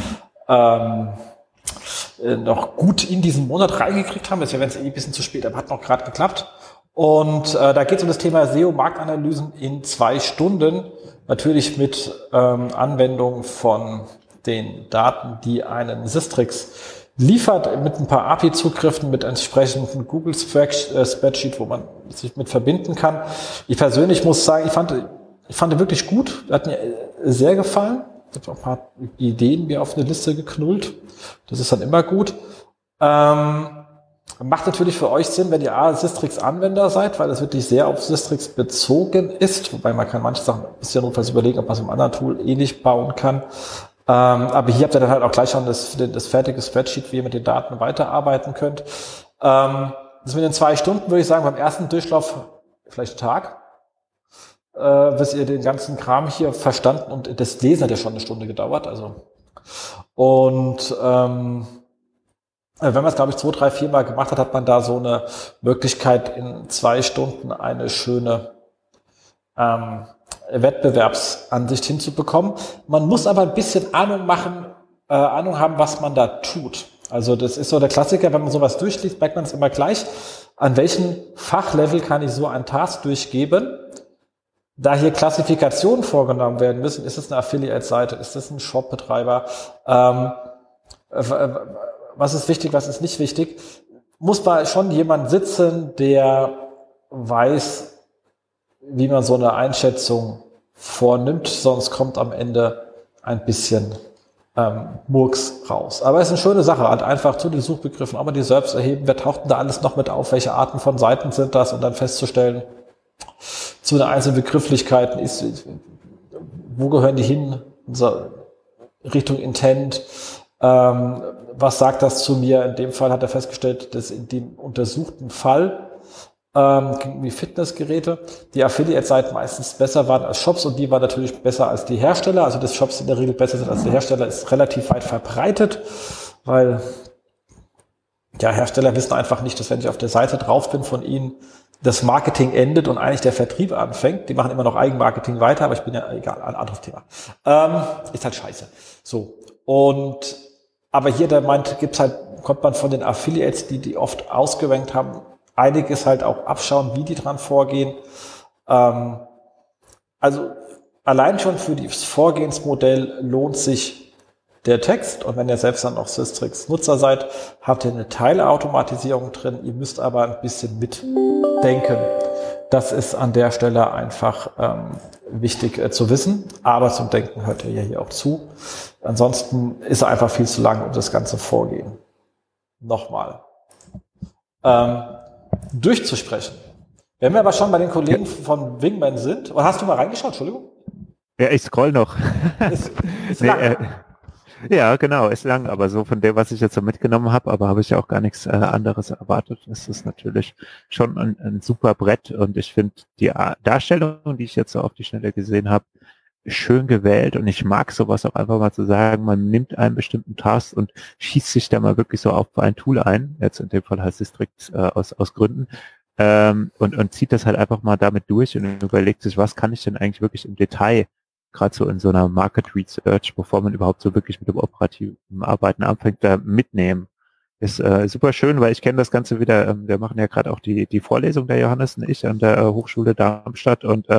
Speaker 1: noch gut in diesen Monat reingekriegt haben. Jetzt wäre es ein bisschen zu spät, aber hat noch gerade geklappt. Und da geht es um das Thema SEO-Marktanalysen in 2 Stunden. Natürlich mit Anwendung von den Daten, die einen Sistrix liefert, mit ein paar API-Zugriffen, mit entsprechenden Google-Spreadsheet, wo man sich mit verbinden kann. Ich persönlich muss sagen, ich fand wirklich gut. Hat mir sehr gefallen. Ich habe auch ein paar Ideen mir auf eine Liste geknullt. Das ist dann immer gut. Macht natürlich für euch Sinn, wenn ihr Sistrix-Anwender seid, weil es wirklich sehr auf Sistrix bezogen ist. Wobei man kann manche Sachen ein bisschen notfalls überlegen, ob man es im anderen Tool ähnlich bauen kann. Aber hier habt ihr dann halt auch gleich schon das fertige Spreadsheet, wie ihr mit den Daten weiterarbeiten könnt. Das mit den 2 Stunden würde ich sagen, beim ersten Durchlauf vielleicht einen Tag, bis ihr den ganzen Kram hier verstanden, und das Lesen hat ja schon eine Stunde gedauert. Also und wenn man es, glaube ich, 2, 3, 4 Mal gemacht hat, hat man da so eine Möglichkeit, in 2 Stunden eine schöne Wettbewerbsansicht hinzubekommen. Man muss aber ein bisschen Ahnung haben, was man da tut. Also das ist so der Klassiker, wenn man sowas durchliest, merkt man es immer gleich, an welchem Fachlevel kann ich so einen Task durchgeben. Da hier Klassifikationen vorgenommen werden müssen, ist es eine Affiliate-Seite, ist es ein Shop-Betreiber, was ist wichtig, was ist nicht wichtig, muss da schon jemand sitzen, der weiß, wie man so eine Einschätzung vornimmt, sonst kommt am Ende ein bisschen Murks raus. Aber es ist eine schöne Sache, halt einfach zu den Suchbegriffen, auch mal die Serbs erheben, wer taucht denn da alles noch mit auf, welche Arten von Seiten sind das, und dann festzustellen, zu den einzelnen Begrifflichkeiten wo gehören die hin, Richtung Intent, was sagt das zu mir? In dem Fall hat er festgestellt, dass in dem untersuchten Fall wie Fitnessgeräte, die Affiliate-Seiten meistens besser waren als Shops, und die waren natürlich besser als die Hersteller. Also dass Shops in der Regel besser sind als die Hersteller, ist relativ weit verbreitet, weil Hersteller wissen einfach nicht, dass wenn ich auf der Seite drauf bin von ihnen, das Marketing endet und eigentlich der Vertrieb anfängt. Die machen immer noch Eigenmarketing weiter, aber ich bin ja egal, ein anderes Thema. Ist halt scheiße. So. Aber hier, konnte man von den Affiliates, die oft ausgerankt haben, einiges halt auch abschauen, wie die dran vorgehen. Also allein schon für das Vorgehensmodell lohnt sich der Text, und wenn ihr selbst dann noch Sistrix-Nutzer seid, habt ihr eine Teilautomatisierung drin, ihr müsst aber ein bisschen mitdenken. Das ist an der Stelle einfach wichtig zu wissen, aber zum Denken hört ihr ja hier auch zu. Ansonsten ist er einfach viel zu lang, um das ganze Vorgehen nochmal durchzusprechen. Wenn wir aber schon bei den Kollegen von Wingman sind, oder hast du mal reingeschaut, Entschuldigung?
Speaker 2: Ja, ich scroll noch.
Speaker 1: Ist lang.
Speaker 2: Ja, genau, ist lang, aber so von dem, was ich jetzt so mitgenommen habe, aber habe ich ja auch gar nichts anderes erwartet. Das ist natürlich schon ein super Brett, und ich finde die Darstellung, die ich jetzt so auf die Schnelle gesehen habe, schön gewählt, und ich mag sowas auch einfach mal zu sagen, man nimmt einen bestimmten Task und schießt sich da mal wirklich so auf ein Tool ein, jetzt in dem Fall heißt Sistrix aus Gründen, und zieht das halt einfach mal damit durch und überlegt sich, was kann ich denn eigentlich wirklich im Detail, gerade so in so einer Market Research, bevor man überhaupt so wirklich mit dem operativen Arbeiten anfängt, da mitnehmen. Ist super schön, weil ich kenne das Ganze wieder, wir machen ja gerade auch die Vorlesung, der Johannes und ich, an der Hochschule Darmstadt, und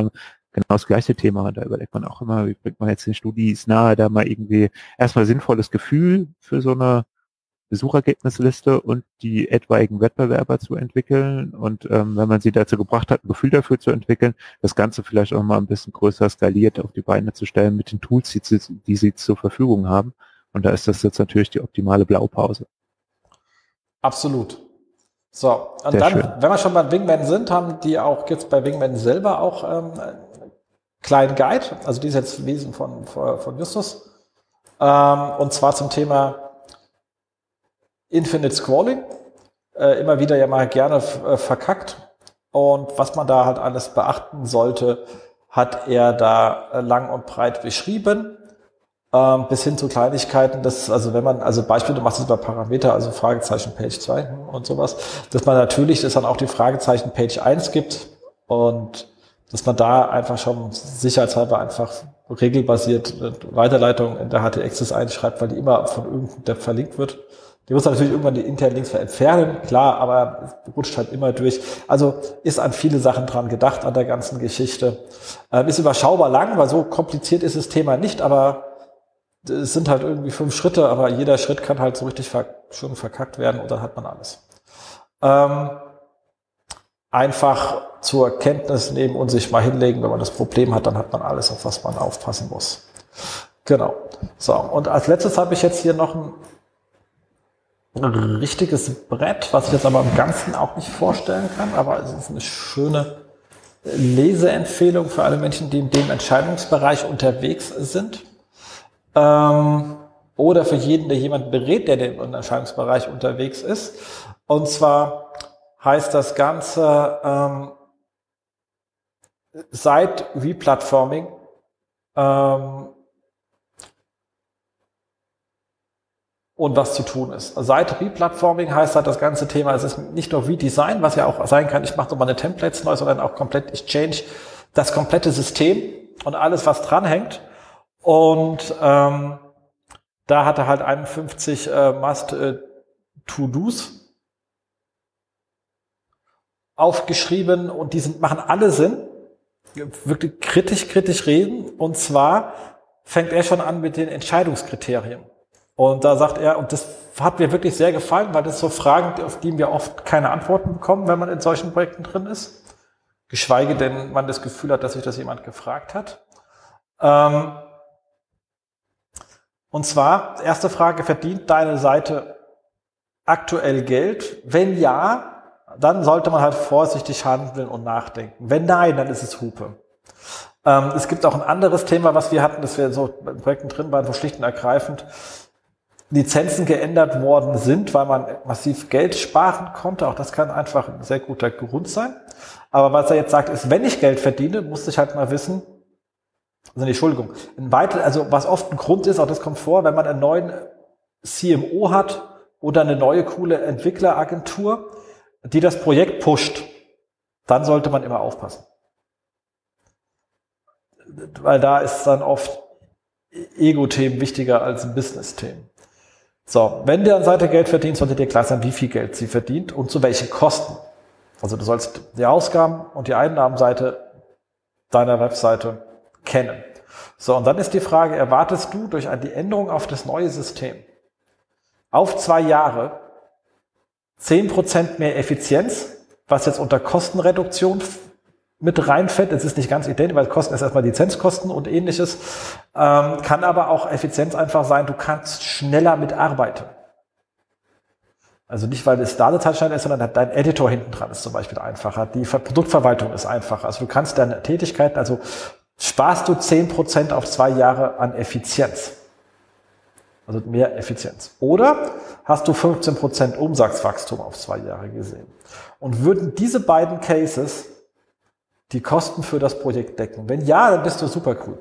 Speaker 2: genau das gleiche Thema. Da überlegt man auch immer, wie bringt man jetzt den Studis nahe, da mal irgendwie erstmal sinnvolles Gefühl für so eine Besuchergebnisliste und die etwaigen Wettbewerber zu entwickeln und wenn man sie dazu gebracht hat, ein Gefühl dafür zu entwickeln, das Ganze vielleicht auch mal ein bisschen größer skaliert auf die Beine zu stellen mit den Tools, die sie zur Verfügung haben. Und da ist das jetzt natürlich die optimale Blaupause.
Speaker 1: Absolut. So, und
Speaker 2: Sehr
Speaker 1: dann,
Speaker 2: schön.
Speaker 1: wenn wir schon bei Wingman sind, haben die auch jetzt bei Wingman selber auch einen kleinen Guide, also die ist jetzt Wesen von Justus, und zwar zum Thema Infinite Scrolling, immer wieder ja mal gerne verkackt. Und was man da halt alles beachten sollte, hat er da lang und breit beschrieben, bis hin zu Kleinigkeiten, also wenn man, also Beispiel, du machst es bei Parameter, also Fragezeichen Page 2 und sowas, dass man natürlich, dass dann auch die Fragezeichen Page 1 gibt und dass man da einfach schon sicherheitshalber einfach regelbasiert Weiterleitung in der HT-Access einschreibt, weil die immer von irgendeinem Dev verlinkt wird. Die muss natürlich irgendwann die internen Links entfernen, klar, aber es rutscht halt immer durch. Also ist an viele Sachen dran gedacht an der ganzen Geschichte. Ist überschaubar lang, weil so kompliziert ist das Thema nicht, aber es sind halt irgendwie 5 Schritte, aber jeder Schritt kann halt so richtig schon verkackt werden und dann hat man alles. Einfach zur Kenntnis nehmen und sich mal hinlegen, wenn man das Problem hat, dann hat man alles, auf was man aufpassen muss. Genau. So, und als letztes habe ich jetzt hier noch ein richtiges Brett, was ich jetzt aber im Ganzen auch nicht vorstellen kann, aber es ist eine schöne Leseempfehlung für alle Menschen, die in dem Entscheidungsbereich unterwegs sind. Oder für jeden, der jemanden berät, der im Entscheidungsbereich unterwegs ist. Und zwar heißt das Ganze Site Replatforming. Und was zu tun ist. Site Replatforming heißt halt das ganze Thema, es ist nicht nur Redesign, was ja auch sein kann, ich mache nochmal eine Templates neu, sondern auch komplett, ich change das komplette System und alles, was dranhängt. Und da hat er halt 51 Must-To-Dos aufgeschrieben und die machen alle Sinn, wirklich kritisch reden. Und zwar fängt er schon an mit den Entscheidungskriterien. Und da sagt er, und das hat mir wirklich sehr gefallen, weil das so Fragen, auf die wir oft keine Antworten bekommen, wenn man in solchen Projekten drin ist. Geschweige denn, man das Gefühl hat, dass sich das jemand gefragt hat. Und zwar, erste Frage, verdient deine Seite aktuell Geld? Wenn ja, dann sollte man halt vorsichtig handeln und nachdenken. Wenn nein, dann ist es Hupe. Es gibt auch ein anderes Thema, was wir hatten, dass wir so in Projekten drin waren, wo schlicht und ergreifend Lizenzen geändert worden sind, weil man massiv Geld sparen konnte. Auch das kann einfach ein sehr guter Grund sein. Aber was er jetzt sagt, ist, wenn ich Geld verdiene, muss ich halt mal wissen, also Entschuldigung, also was oft ein Grund ist, auch das kommt vor, wenn man einen neuen CMO hat oder eine neue coole Entwickleragentur, die das Projekt pusht, dann sollte man immer aufpassen. Weil da ist dann oft Ego-Themen wichtiger als Business-Themen. So, wenn der Seite Geld verdient, sollte dir klar sein, wie viel Geld sie verdient und zu welchen Kosten. Also du sollst die Ausgaben und die Einnahmenseite deiner Webseite kennen. So, und dann ist die Frage, erwartest du durch die Änderung auf das neue System auf 2 Jahre 10% mehr Effizienz, was jetzt unter Kostenreduktion mit reinfällt. Es ist nicht ganz identisch, weil Kosten ist erstmal Lizenzkosten und ähnliches. Kann aber auch Effizienz einfach sein, du kannst schneller mitarbeiten. Also nicht, weil das Ladezeit schneller ist, sondern dein Editor hinten dran ist zum Beispiel einfacher. Die Produktverwaltung ist einfacher. Also du kannst deine Tätigkeiten, also sparst du 10% auf 2 Jahre an Effizienz. Also mehr Effizienz. Oder hast du 15% Umsatzwachstum auf 2 Jahre gesehen. Und würden diese beiden Cases die Kosten für das Projekt decken? Wenn ja, dann bist du super cool.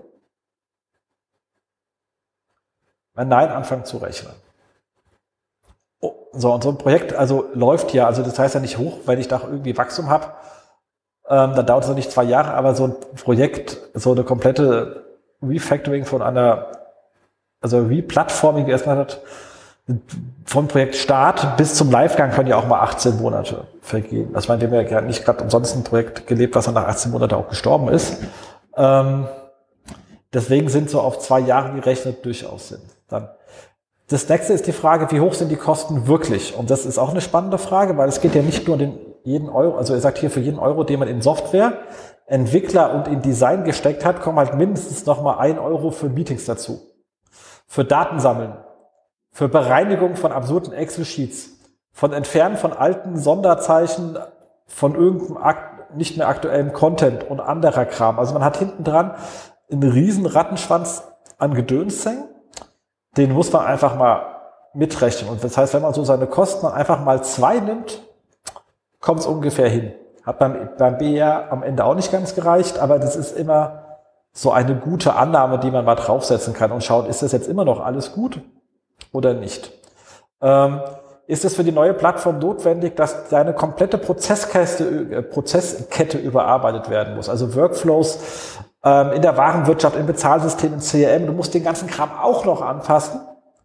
Speaker 1: Wenn nein, anfangen zu rechnen. Oh, so, und so ein Projekt also läuft ja, also das heißt ja nicht hoch, wenn ich da irgendwie Wachstum habe, dann dauert es noch nicht 2 Jahre, aber so ein Projekt, so eine komplette Refactoring von einer, also Replatforming, die erstmal hat, vom Projekt Start bis zum Livegang können ja auch mal 18 Monate vergehen. Also ich meine, wir haben ja nicht gerade umsonst ein Projekt gelebt, was dann nach 18 Monaten auch gestorben ist. Deswegen sind so auf 2 Jahre gerechnet durchaus Sinn. Dann das nächste ist die Frage, wie hoch sind die Kosten wirklich? Und das ist auch eine spannende Frage, weil es geht ja nicht nur jeden Euro, also er sagt hier für jeden Euro, den man in Software, Entwickler und in Design gesteckt hat, kommen halt mindestens nochmal 1 Euro für Meetings dazu. Für Datensammeln, für Bereinigung von absurden Excel-Sheets, von Entfernen von alten Sonderzeichen, von irgendeinem nicht mehr aktuellem Content und anderer Kram. Also man hat hinten dran einen riesen Rattenschwanz an Gedönshängen. Den muss man einfach mal mitrechnen. Und das heißt, wenn man so seine Kosten einfach mal 2 nimmt, kommt es ungefähr hin. Hat beim BR am Ende auch nicht ganz gereicht, aber das ist immer so eine gute Annahme, die man mal draufsetzen kann und schaut, ist das jetzt immer noch alles gut oder nicht? Ist es für die neue Plattform notwendig, dass deine komplette Prozesskette überarbeitet werden muss? Also Workflows in der Warenwirtschaft, im Bezahlsystem, im CRM, du musst den ganzen Kram auch noch anpassen.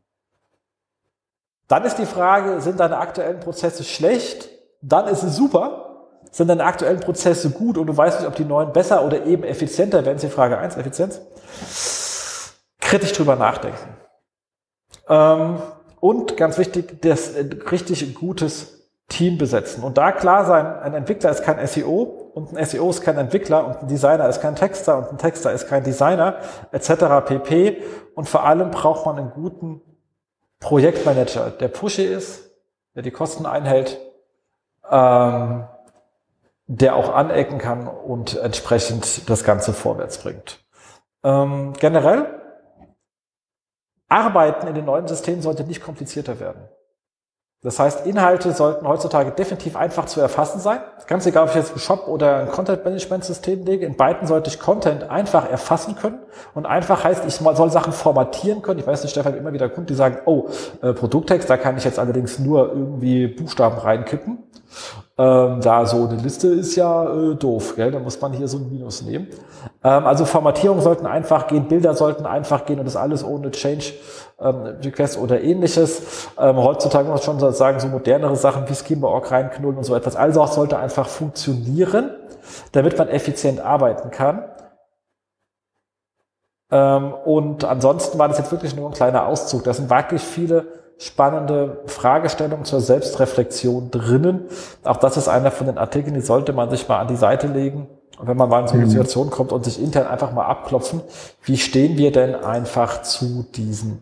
Speaker 1: Dann ist die Frage, sind deine aktuellen Prozesse schlecht? Dann ist es super. Sind deine aktuellen Prozesse gut und du weißt nicht, ob die neuen besser oder eben effizienter werden? Das ist die Frage 1, Effizienz. Kritisch drüber nachdenken. Und ganz wichtig, das richtig gutes Team besetzen. Und da klar sein, ein Entwickler ist kein SEO und ein SEO ist kein Entwickler und ein Designer ist kein Texter und ein Texter ist kein Designer, etc. pp. Und vor allem braucht man einen guten Projektmanager, der pushy ist, der die Kosten einhält, der auch anecken kann und entsprechend das Ganze vorwärts bringt. Generell, Arbeiten in den neuen Systemen sollte nicht komplizierter werden. Das heißt, Inhalte sollten heutzutage definitiv einfach zu erfassen sein. Ganz egal, ob ich jetzt einen Shop oder ein Content-Management-System lege, in beiden sollte ich Content einfach erfassen können. Und einfach heißt, ich soll Sachen formatieren können. Ich weiß nicht, Stefan, immer wieder Kunden, die sagen, oh, Produkttext, da kann ich jetzt allerdings nur irgendwie Buchstaben reinkippen. Da so eine Liste ist ja doof, gell? Da muss man hier so ein Minus nehmen. Also Formatierungen sollten einfach gehen, Bilder sollten einfach gehen und das alles ohne Change Request oder ähnliches. Heutzutage muss man schon sagen, so modernere Sachen wie Schema.org reinknullen und so etwas. Also auch sollte einfach funktionieren, damit man effizient arbeiten kann. Und ansonsten war das jetzt wirklich nur ein kleiner Auszug. Da sind wirklich viele spannende Fragestellungen zur Selbstreflexion drinnen. Auch das ist einer von den Artikeln, die sollte man sich mal an die Seite legen. Und wenn man mal in so eine Situation kommt und sich intern einfach mal abklopfen, wie stehen wir denn einfach zu diesen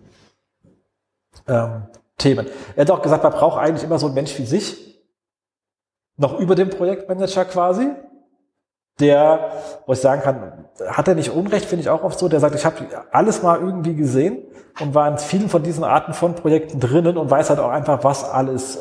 Speaker 1: Themen? Er hat auch gesagt, man braucht eigentlich immer so einen Mensch wie sich, noch über dem Projektmanager quasi, der, wo ich sagen kann, hat er nicht Unrecht, finde ich auch oft so, der sagt, ich habe alles mal irgendwie gesehen und war in vielen von diesen Arten von Projekten drinnen und weiß halt auch einfach, was alles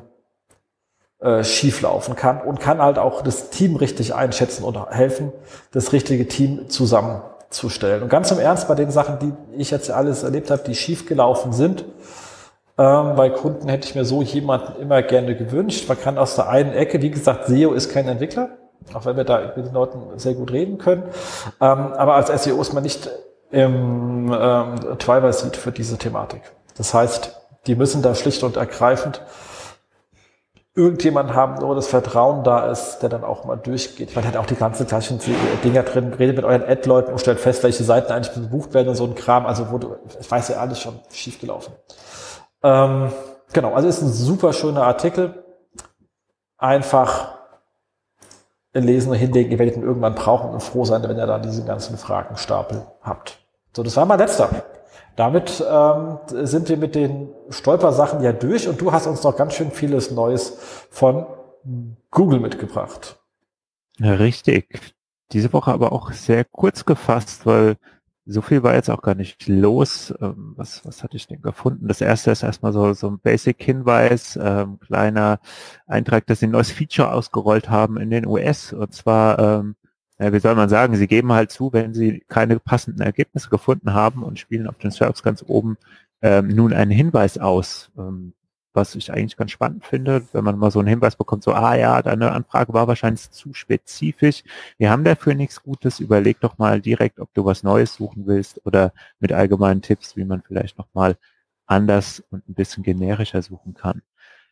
Speaker 1: schief laufen kann und kann halt auch das Team richtig einschätzen und helfen, das richtige Team zusammenzustellen. Und ganz im Ernst, bei den Sachen, die ich jetzt alles erlebt habe, die schief gelaufen sind, bei Kunden hätte ich mir so jemanden immer gerne gewünscht. Man kann aus der einen Ecke, wie gesagt, SEO ist kein Entwickler, auch wenn wir da mit den Leuten sehr gut reden können. Aber als SEO ist man nicht im Driver Seat für diese Thematik. Das heißt, die müssen da schlicht und ergreifend irgendjemand haben, wo das Vertrauen da ist, der dann auch mal durchgeht. Man hat auch die ganzen gleichen Dinger drin, redet mit euren Ad-Leuten und stellt fest, welche Seiten eigentlich besucht werden und so ein Kram. Also ich weiß ja alles schon schief gelaufen. Genau, also ist ein super schöner Artikel. Einfach lesen und hinlegen, ihr werdet ihn irgendwann brauchen und froh sein, wenn ihr da diesen ganzen Fragenstapel habt. So, das war mein letzter. Damit sind wir mit den Stolpersachen ja durch und du hast uns noch ganz schön vieles Neues von Google mitgebracht.
Speaker 2: Ja, richtig. Diese Woche aber auch sehr kurz gefasst, weil so viel war jetzt auch gar nicht los. Was hatte ich denn gefunden? Das erste ist erstmal so ein Basic-Hinweis, kleiner Eintrag, dass sie ein neues Feature ausgerollt haben in den US. Und zwar, wie soll man sagen, sie geben halt zu, wenn sie keine passenden Ergebnisse gefunden haben und spielen auf den Serbs ganz oben nun einen Hinweis aus. Was ich eigentlich ganz spannend finde, wenn man mal so einen Hinweis bekommt, so, ja, deine Anfrage war wahrscheinlich zu spezifisch. Wir haben dafür nichts Gutes. Überleg doch mal direkt, ob du was Neues suchen willst oder mit allgemeinen Tipps, wie man vielleicht nochmal anders und ein bisschen generischer suchen kann.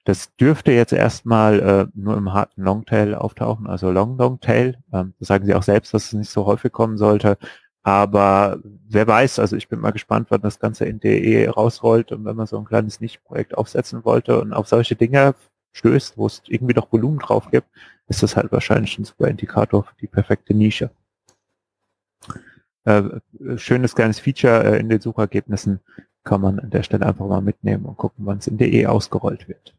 Speaker 2: Das dürfte jetzt erstmal nur im harten Longtail auftauchen, also Longtail. Das sagen sie auch selbst, dass es nicht so häufig kommen sollte. Aber wer weiß, also ich bin mal gespannt, wann das Ganze in DE rausrollt und wenn man so ein kleines Nischenprojekt aufsetzen wollte und auf solche Dinge stößt, wo es irgendwie doch Volumen drauf gibt, ist das halt wahrscheinlich ein super Indikator für die perfekte Nische. Schönes kleines Feature in den Suchergebnissen kann man an der Stelle einfach mal mitnehmen und gucken, wann es in DE ausgerollt wird.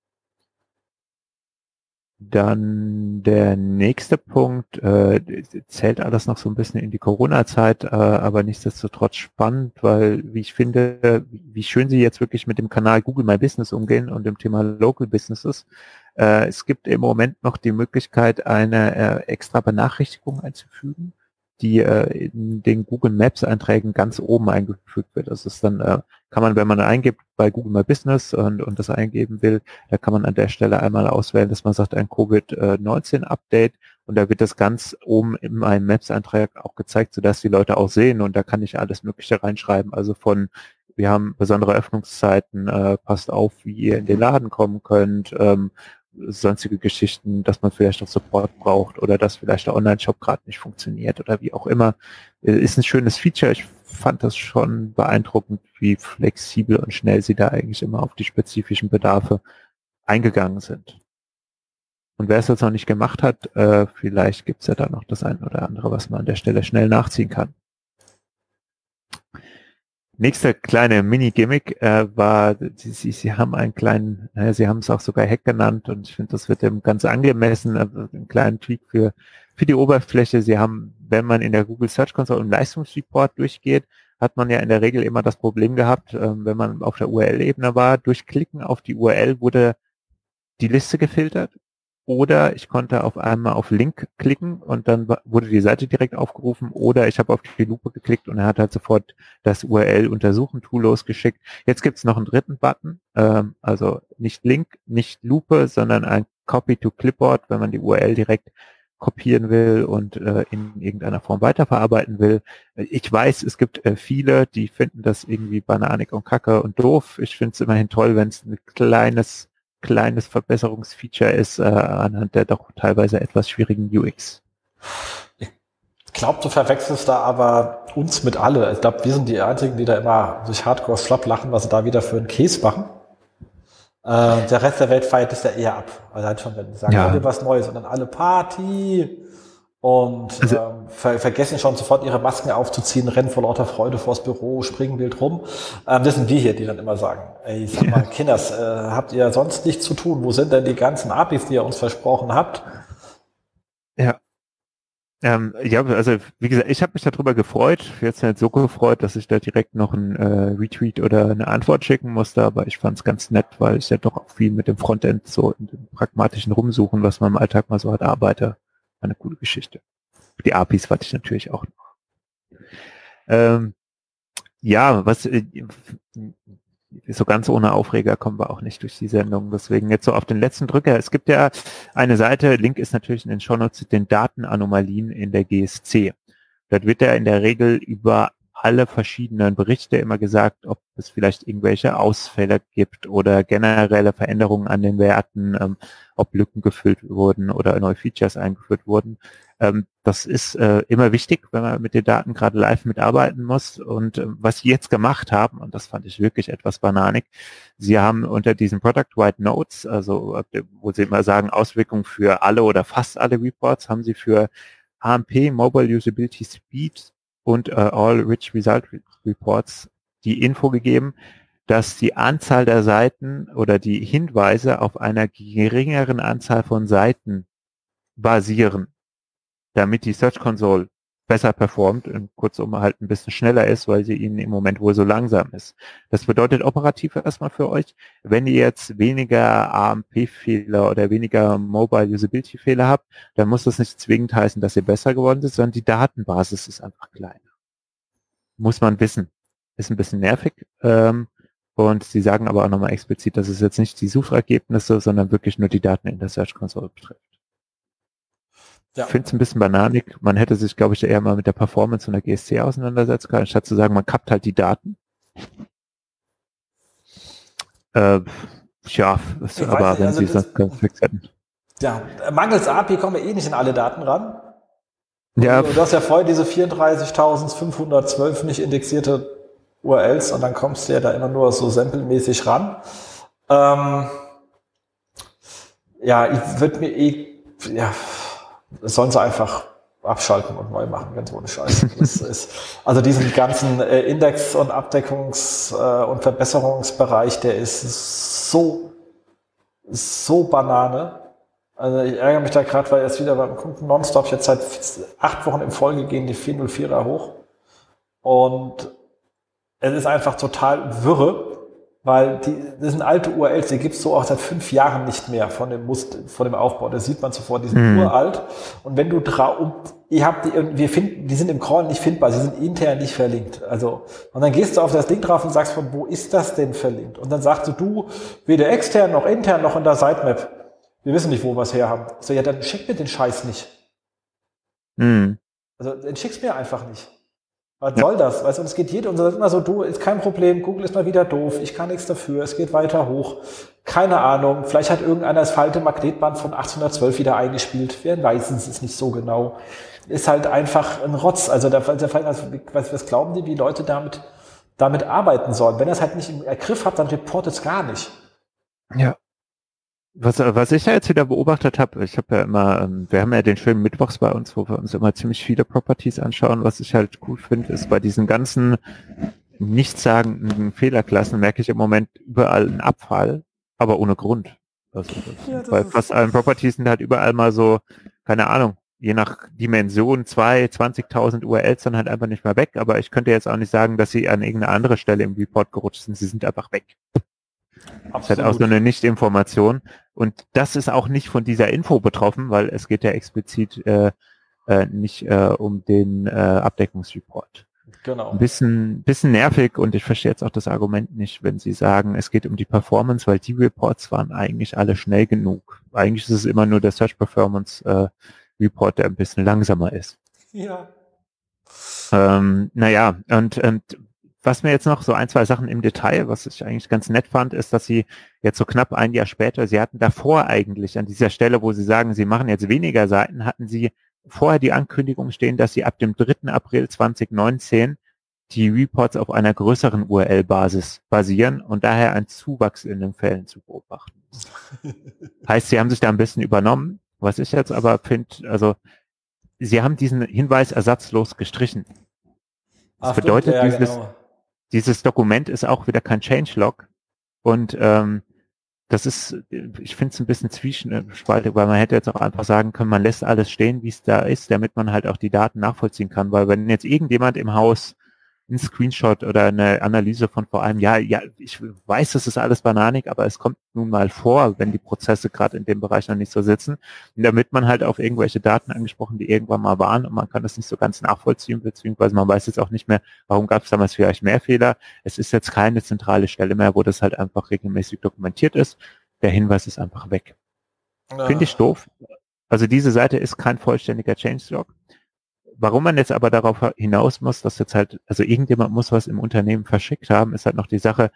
Speaker 2: Dann der nächste Punkt, zählt alles noch so ein bisschen in die Corona-Zeit, aber nichtsdestotrotz spannend, weil, wie ich finde, wie schön sie jetzt wirklich mit dem Kanal Google My Business umgehen und dem Thema Local Businesses. Es gibt im Moment noch die Möglichkeit, eine extra Benachrichtigung einzufügen, die in den Google Maps Einträgen ganz oben eingefügt wird. Das ist dann, kann man, wenn man eingibt bei Google My Business und das eingeben will, da kann man an der Stelle einmal auswählen, dass man sagt, ein Covid-19 Update, und da wird das ganz oben in einem Maps-Eintrag auch gezeigt, sodass die Leute auch sehen, und da kann ich alles Mögliche reinschreiben, also von, wir haben besondere Öffnungszeiten, passt auf, wie ihr in den Laden kommen könnt, sonstige Geschichten, dass man vielleicht auch Support braucht oder dass vielleicht der Online-Shop gerade nicht funktioniert oder wie auch immer. Ist ein schönes Feature. Ich fand das schon beeindruckend, wie flexibel und schnell sie da eigentlich immer auf die spezifischen Bedarfe eingegangen sind. Und wer es jetzt noch nicht gemacht hat, vielleicht gibt es ja da noch das ein oder andere, was man an der Stelle schnell nachziehen kann. Nächster kleine Mini-Gimmick war, Sie haben einen kleinen, Sie haben es auch sogar Hack genannt, und ich finde, das wird dem ganz angemessen, einen kleinen Tweak für die Oberfläche. Sie haben, wenn man in der Google Search Console einen Leistungsreport durchgeht, hat man ja in der Regel immer das Problem gehabt, wenn man auf der URL-Ebene war, durch Klicken auf die URL wurde die Liste gefiltert. Oder ich konnte auf einmal auf Link klicken und dann wurde die Seite direkt aufgerufen, oder ich habe auf die Lupe geklickt und er hat halt sofort das URL-Untersuchen-Tool losgeschickt. Jetzt gibt es noch einen dritten Button, also nicht Link, nicht Lupe, sondern ein Copy to Clipboard, wenn man die URL direkt kopieren will und in irgendeiner Form weiterverarbeiten will. Ich weiß, es gibt viele, die finden das irgendwie bananig und kacke und doof. Ich finde es immerhin toll, wenn es ein kleines Verbesserungsfeature ist anhand der doch teilweise etwas schwierigen UX.
Speaker 1: Ich glaube, du verwechselst da aber uns mit alle. Ich glaube, wir sind die Einzigen, die da immer durch Hardcore schlapp lachen, was sie da wieder für einen Käse machen. Der Rest der Welt feiert es ja eher ab. Also halt schon, wenn die sagen, ja, was Neues und dann alle Party und also, vergessen schon sofort ihre Masken aufzuziehen, rennen vor lauter Freude vors Büro, springen wild rum. Das sind wir hier, die dann immer sagen, ey, sag mal, Kinders, habt ihr sonst nichts zu tun? Wo sind denn die ganzen APIs, die ihr uns versprochen habt?
Speaker 2: Ja. Ja, also wie gesagt, ich habe mich darüber gefreut. Jetzt nicht so gefreut, dass ich da direkt noch ein Retweet oder eine Antwort schicken musste, aber ich fand es ganz nett, weil ich ja doch auch viel mit dem Frontend so in dem pragmatischen Rumsuchen, was man im Alltag mal so hat, arbeite. Eine coole Geschichte. Die APIs warte ich natürlich auch noch. Ja, was so ganz ohne Aufreger kommen wir auch nicht durch die Sendung. Deswegen jetzt so auf den letzten Drücker. Es gibt ja eine Seite, Link ist natürlich in den Shownotes, den Datenanomalien in der GSC. Dort wird ja in der Regel über alle verschiedenen Berichte immer gesagt, ob es vielleicht irgendwelche Ausfälle gibt oder generelle Veränderungen an den Werten, ob Lücken gefüllt wurden oder neue Features eingeführt wurden. Das ist immer wichtig, wenn man mit den Daten gerade live mitarbeiten muss. Und was sie jetzt gemacht haben, und das fand ich wirklich etwas bananig, sie haben unter diesen Product-Wide Notes, also wo sie immer sagen, Auswirkungen für alle oder fast alle Reports, haben sie für AMP, Mobile Usability Speed und All Rich Result Reports die Info gegeben, dass die Anzahl der Seiten oder die Hinweise auf einer geringeren Anzahl von Seiten basieren, damit die Search Console besser performt und kurzum halt ein bisschen schneller ist, weil sie ihnen im Moment wohl so langsam ist. Das bedeutet operativ erstmal für euch, wenn ihr jetzt weniger AMP-Fehler oder weniger Mobile Usability-Fehler habt, dann muss das nicht zwingend heißen, dass ihr besser geworden seid, sondern die Datenbasis ist einfach kleiner. Muss man wissen. Ist ein bisschen nervig. Und sie sagen aber auch nochmal explizit, dass es jetzt nicht die Suchergebnisse, sondern wirklich nur die Daten in der Search Console betrifft. Ja. Ich finde es ein bisschen bananig. Man hätte sich, glaube ich, eher mal mit der Performance von der GSC auseinandersetzen können, anstatt zu sagen, man kappt halt die Daten. Tja, aber nicht, wenn Sie das ganz fix hätten.
Speaker 1: Ja, mangels API kommen wir eh nicht in alle Daten ran.
Speaker 2: Ja.
Speaker 1: Du hast ja vorher diese 34.512 nicht indexierte URLs und dann kommst du ja da immer nur so samplemäßig ran. Ich würde mir das sollen sie einfach abschalten und neu machen, ganz ohne Scheiß. Das ist, also diesen ganzen Index- und Abdeckungs- und Verbesserungsbereich, der ist so Banane. Also ich ärgere mich da gerade, weil jetzt wieder beim Kunden nonstop jetzt seit 8 Wochen in Folge gehen die 404er hoch. Und es ist einfach total wirre, weil das sind alte URLs, die gibt es so auch seit 5 Jahren nicht mehr von dem Aufbau. Da sieht man sofort, die sind uralt. Und wenn du die sind im Crawl nicht findbar, sie sind intern nicht verlinkt. Also, und dann gehst du auf das Ding drauf und sagst, von wo ist das denn verlinkt? Und dann sagst du, weder extern noch intern noch in der Sitemap. Wir wissen nicht, wo wir es her haben. So, ja, dann schick mir den Scheiß nicht. Also, dann schick's mir einfach nicht. Was soll das? Weißt du, und es geht und sagt immer so, du, ist kein Problem, Google ist mal wieder doof, ich kann nichts dafür, es geht weiter hoch. Keine Ahnung, vielleicht hat irgendeiner das falte Magnetband von 1812 wieder eingespielt. Wir weiß es nicht so genau. Ist halt einfach ein Rotz. Also, was glauben die, wie Leute damit arbeiten sollen? Wenn er es halt nicht im Griff hat, dann reportet es gar nicht.
Speaker 2: Ja. Was ich ja jetzt wieder beobachtet habe, ich habe ja immer, wir haben ja den schönen Mittwochs bei uns, wo wir uns immer ziemlich viele Properties anschauen. Was ich halt cool finde, ist bei diesen ganzen nichtssagenden Fehlerklassen merke ich im Moment überall einen Abfall, aber ohne Grund. Also, bei fast allen Properties sind halt überall mal so, keine Ahnung, je nach Dimension 20.000 URLs dann halt einfach nicht mehr weg, aber ich könnte jetzt auch nicht sagen, dass sie an irgendeine andere Stelle im Report gerutscht sind, sie sind einfach weg. Das ist halt auch so eine Nicht-Information. Und das ist auch nicht von dieser Info betroffen, weil es geht ja explizit nicht um den Abdeckungsreport.
Speaker 1: Genau.
Speaker 2: Ein bisschen nervig und ich verstehe jetzt auch das Argument nicht, wenn Sie sagen, es geht um die Performance, weil die Reports waren eigentlich alle schnell genug. Eigentlich ist es immer nur der Search Performance Report, der ein bisschen langsamer ist.
Speaker 1: Ja.
Speaker 2: Und was mir jetzt noch so 1, 2 Sachen im Detail, was ich eigentlich ganz nett fand, ist, dass Sie jetzt so knapp ein Jahr später, Sie hatten davor eigentlich an dieser Stelle, wo Sie sagen, Sie machen jetzt weniger Seiten, hatten Sie vorher die Ankündigung stehen, dass Sie ab dem 3. April 2019 die Reports auf einer größeren URL-Basis basieren und daher ein Zuwachs in den Fällen zu beobachten ist. Heißt, Sie haben sich da ein bisschen übernommen. Was ich jetzt aber finde, also Sie haben diesen Hinweis ersatzlos gestrichen. Das bedeutet, dieses Dokument ist auch wieder kein Changelog und das ist, ich finde es ein bisschen zwiespältig, weil man hätte jetzt auch einfach sagen können, man lässt alles stehen, wie es da ist, damit man halt auch die Daten nachvollziehen kann, weil wenn jetzt irgendjemand im Haus ein Screenshot oder eine Analyse von vor einem Jahr, ja, ich weiß, das ist alles bananig, aber es kommt nun mal vor, wenn die Prozesse gerade in dem Bereich noch nicht so sitzen, und damit man halt auf irgendwelche Daten angesprochen, die irgendwann mal waren und man kann das nicht so ganz nachvollziehen, beziehungsweise man weiß jetzt auch nicht mehr, warum gab es damals vielleicht mehr Fehler. Es ist jetzt keine zentrale Stelle mehr, wo das halt einfach regelmäßig dokumentiert ist. Der Hinweis ist einfach weg. Ja. Finde ich doof. Also diese Seite ist kein vollständiger Changelog. Warum man jetzt aber darauf hinaus muss, dass jetzt halt, also irgendjemand muss was im Unternehmen verschickt haben, ist halt noch die Sache,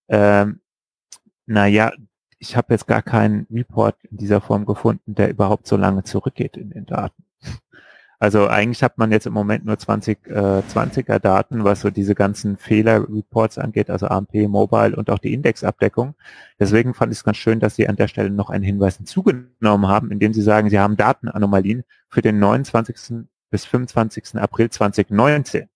Speaker 2: ich habe jetzt gar keinen Report in dieser Form gefunden, der überhaupt so lange zurückgeht in den Daten. Also eigentlich hat man jetzt im Moment nur 2020er Daten, was so diese ganzen Fehler-Reports angeht, also AMP, Mobile und auch die Indexabdeckung. Deswegen fand ich es ganz schön, dass Sie an der Stelle noch einen Hinweis hinzugenommen haben, indem Sie sagen, Sie haben Datenanomalien für den 29. bis 25. April 2019.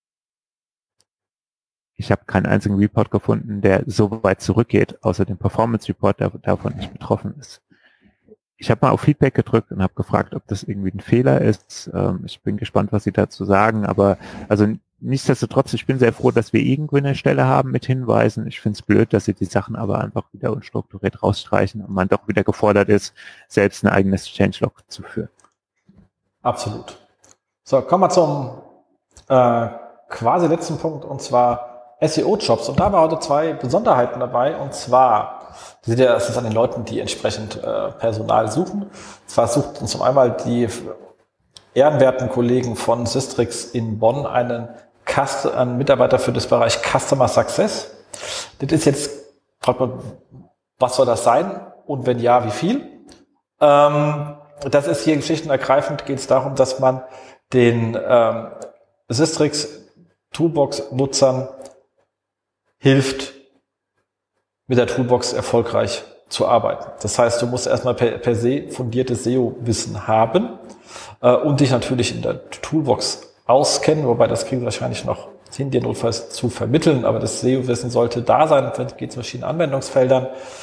Speaker 2: Ich habe keinen einzigen Report gefunden, der so weit zurückgeht, außer dem Performance Report, der davon nicht betroffen ist. Ich habe mal auf Feedback gedrückt und habe gefragt, ob das irgendwie ein Fehler ist. Ich bin gespannt, was Sie dazu sagen, aber also nichtsdestotrotz, ich bin sehr froh, dass wir irgendwie eine Stelle haben mit Hinweisen. Ich finde es blöd, dass Sie die Sachen aber einfach wieder unstrukturiert rausstreichen und man doch wieder gefordert ist, selbst ein eigenes Changelog zu führen.
Speaker 1: Absolut. So, kommen wir zum quasi letzten Punkt, und zwar SEO-Jobs. Und da waren heute 2 Besonderheiten dabei, und zwar, das ist an den Leuten, die entsprechend Personal suchen. Und zwar suchten zum einmal die ehrenwerten Kollegen von Systrix in Bonn einen Mitarbeiter für das Bereich Customer Success. Das ist jetzt, Was soll das sein? Und wenn ja, wie viel? Das ist hier geschichtenergreifend, geht es darum, dass man den Sistrix Toolbox-Nutzern hilft, mit der Toolbox erfolgreich zu arbeiten. Das heißt, du musst erstmal per se fundiertes SEO-Wissen haben und dich natürlich in der Toolbox auskennen, wobei das kriegen wir wahrscheinlich noch hin, dir notfalls zu vermitteln, aber das SEO-Wissen sollte da sein, wenn es geht zu verschiedenen Anwendungsfeldern.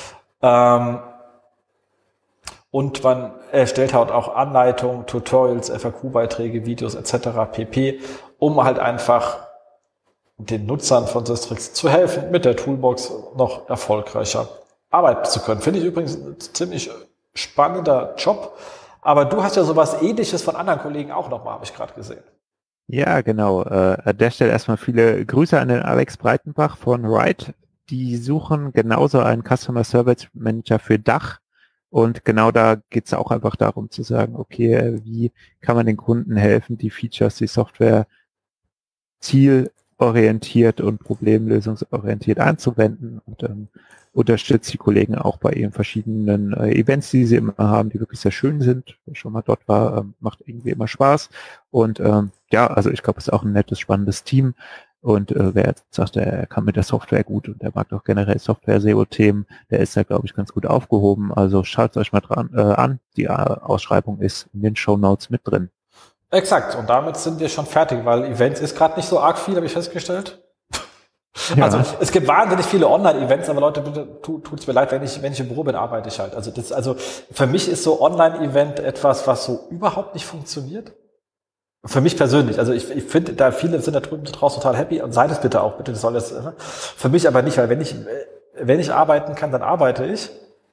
Speaker 1: Und man erstellt halt auch Anleitungen, Tutorials, FAQ-Beiträge, Videos etc. pp., um halt einfach den Nutzern von Sistrix zu helfen, mit der Toolbox noch erfolgreicher arbeiten zu können. Finde ich übrigens ein ziemlich spannender Job. Aber du hast ja sowas Ähnliches von anderen Kollegen auch nochmal, habe ich gerade gesehen.
Speaker 2: Ja, genau. An der Stelle erstmal viele Grüße an den Alex Breitenbach von Ride. Die suchen genauso einen Customer Service Manager für Dach. Und genau da geht es auch einfach darum zu sagen, okay, wie kann man den Kunden helfen, die Features, die Software zielorientiert und problemlösungsorientiert anzuwenden und unterstützt die Kollegen auch bei ihren verschiedenen Events, die sie immer haben, die wirklich sehr schön sind. Wer schon mal dort war, macht irgendwie immer Spaß. Und ja, also ich glaube, es ist auch ein nettes, spannendes Team. Und wer jetzt sagt, er kann mit der Software gut und er mag auch generell Software-SEO-Themen, der ist da, glaube ich, ganz gut aufgehoben. Also schaut euch mal dran an. Die Ausschreibung ist in den Shownotes mit drin.
Speaker 1: Exakt. Und damit sind wir schon fertig, weil Events ist gerade nicht so arg viel, habe ich festgestellt. Ja. Also es gibt wahnsinnig viele Online-Events, aber Leute, bitte tut's mir leid, wenn ich im Büro bin, arbeite ich halt. Also für mich ist so Online-Event etwas, was so überhaupt nicht funktioniert. Für mich persönlich, also ich finde, da viele sind da draußen total happy und seid es bitte auch, bitte, das soll das, für mich aber nicht, weil wenn ich arbeiten kann, dann arbeite ich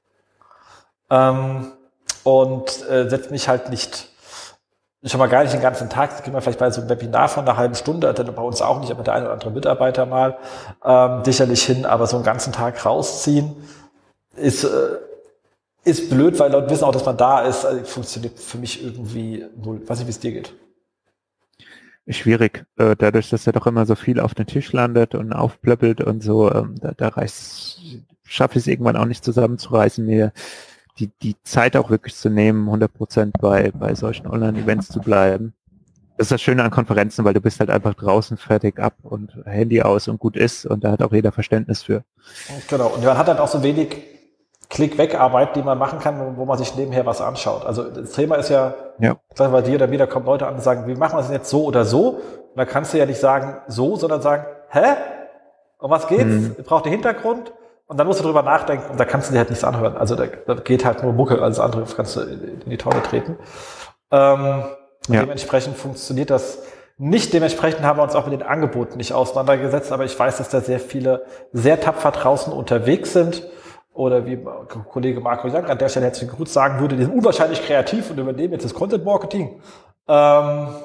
Speaker 1: und setze mich halt nicht, schon mal gar nicht den ganzen Tag, das kriegen wir vielleicht bei so einem Webinar von einer halben Stunde, dann bei uns auch nicht, aber der eine oder andere Mitarbeiter mal sicherlich hin, aber so einen ganzen Tag rausziehen ist blöd, weil Leute wissen auch, dass man da ist, also funktioniert für mich irgendwie null. Weiß nicht, wie es dir geht.
Speaker 2: Schwierig, dadurch, dass er doch immer so viel auf den Tisch landet und aufplöppelt und so, schaffe ich es irgendwann auch nicht zusammenzureißen, mir die Zeit auch wirklich zu nehmen, 100% bei solchen Online-Events zu bleiben. Das ist das Schöne an Konferenzen, weil du bist halt einfach draußen, fertig ab und Handy aus und gut ist und da hat auch jeder Verständnis für.
Speaker 1: Genau, und man hat halt auch so wenig Klick-Weg-Arbeit, die man machen kann, wo man sich nebenher was anschaut. Also das Thema ist ja, bei dir oder mir, da kommen Leute an und sagen, wie machen wir das denn jetzt so oder so? Und da kannst du ja nicht sagen so, sondern sagen, hä? Um was geht's? Braucht der Hintergrund? Und dann musst du drüber nachdenken und da kannst du dir halt nichts anhören. Also da geht halt nur Mucke, alles andere kannst du in die Tonne treten. Dementsprechend funktioniert das nicht. Dementsprechend haben wir uns auch mit den Angeboten nicht auseinandergesetzt, aber ich weiß, dass da sehr viele sehr tapfer draußen unterwegs sind. Oder wie Kollege Marco Young an der Stelle herzlichen Gruß sagen würde, die sind unwahrscheinlich kreativ und übernehmen jetzt das Content Marketing. Kann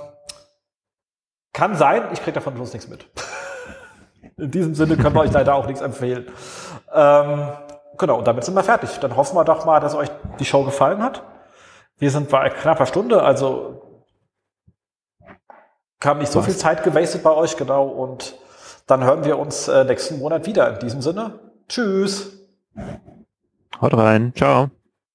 Speaker 1: sein, ich kriege davon bloß nichts mit. In diesem Sinne können wir euch leider auch nichts empfehlen. Genau, und damit sind wir fertig. Dann hoffen wir doch mal, dass euch die Show gefallen hat. Wir sind bei knapper Stunde, also kam nicht so viel Zeit gewastet bei euch, genau. Und dann hören wir uns nächsten Monat wieder. In diesem Sinne, tschüss.
Speaker 2: Haut rein, ciao.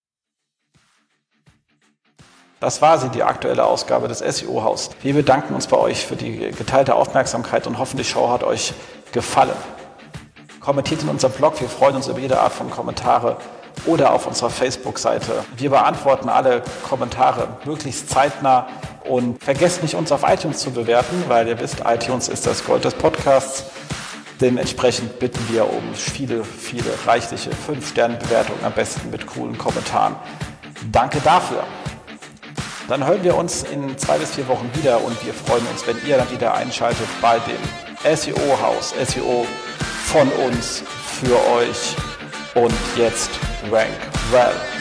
Speaker 1: Das war sie, die aktuelle Ausgabe des SEO-Haus. Wir bedanken uns bei euch für die geteilte Aufmerksamkeit und hoffen, die Show hat euch gefallen. Kommentiert in unserem Blog, wir freuen uns über jede Art von Kommentare oder auf unserer Facebook-Seite. Wir beantworten alle Kommentare möglichst zeitnah und vergesst nicht, uns auf iTunes zu bewerten, weil ihr wisst, iTunes ist das Gold des Podcasts. Dementsprechend bitten wir um viele reichliche 5-Sterne-Bewertungen, am besten mit coolen Kommentaren. Danke dafür. Dann hören wir uns in 2 bis 4 Wochen wieder und wir freuen uns, wenn ihr dann wieder einschaltet bei dem SEO-Haus. SEO von uns, für euch und jetzt Rank Well.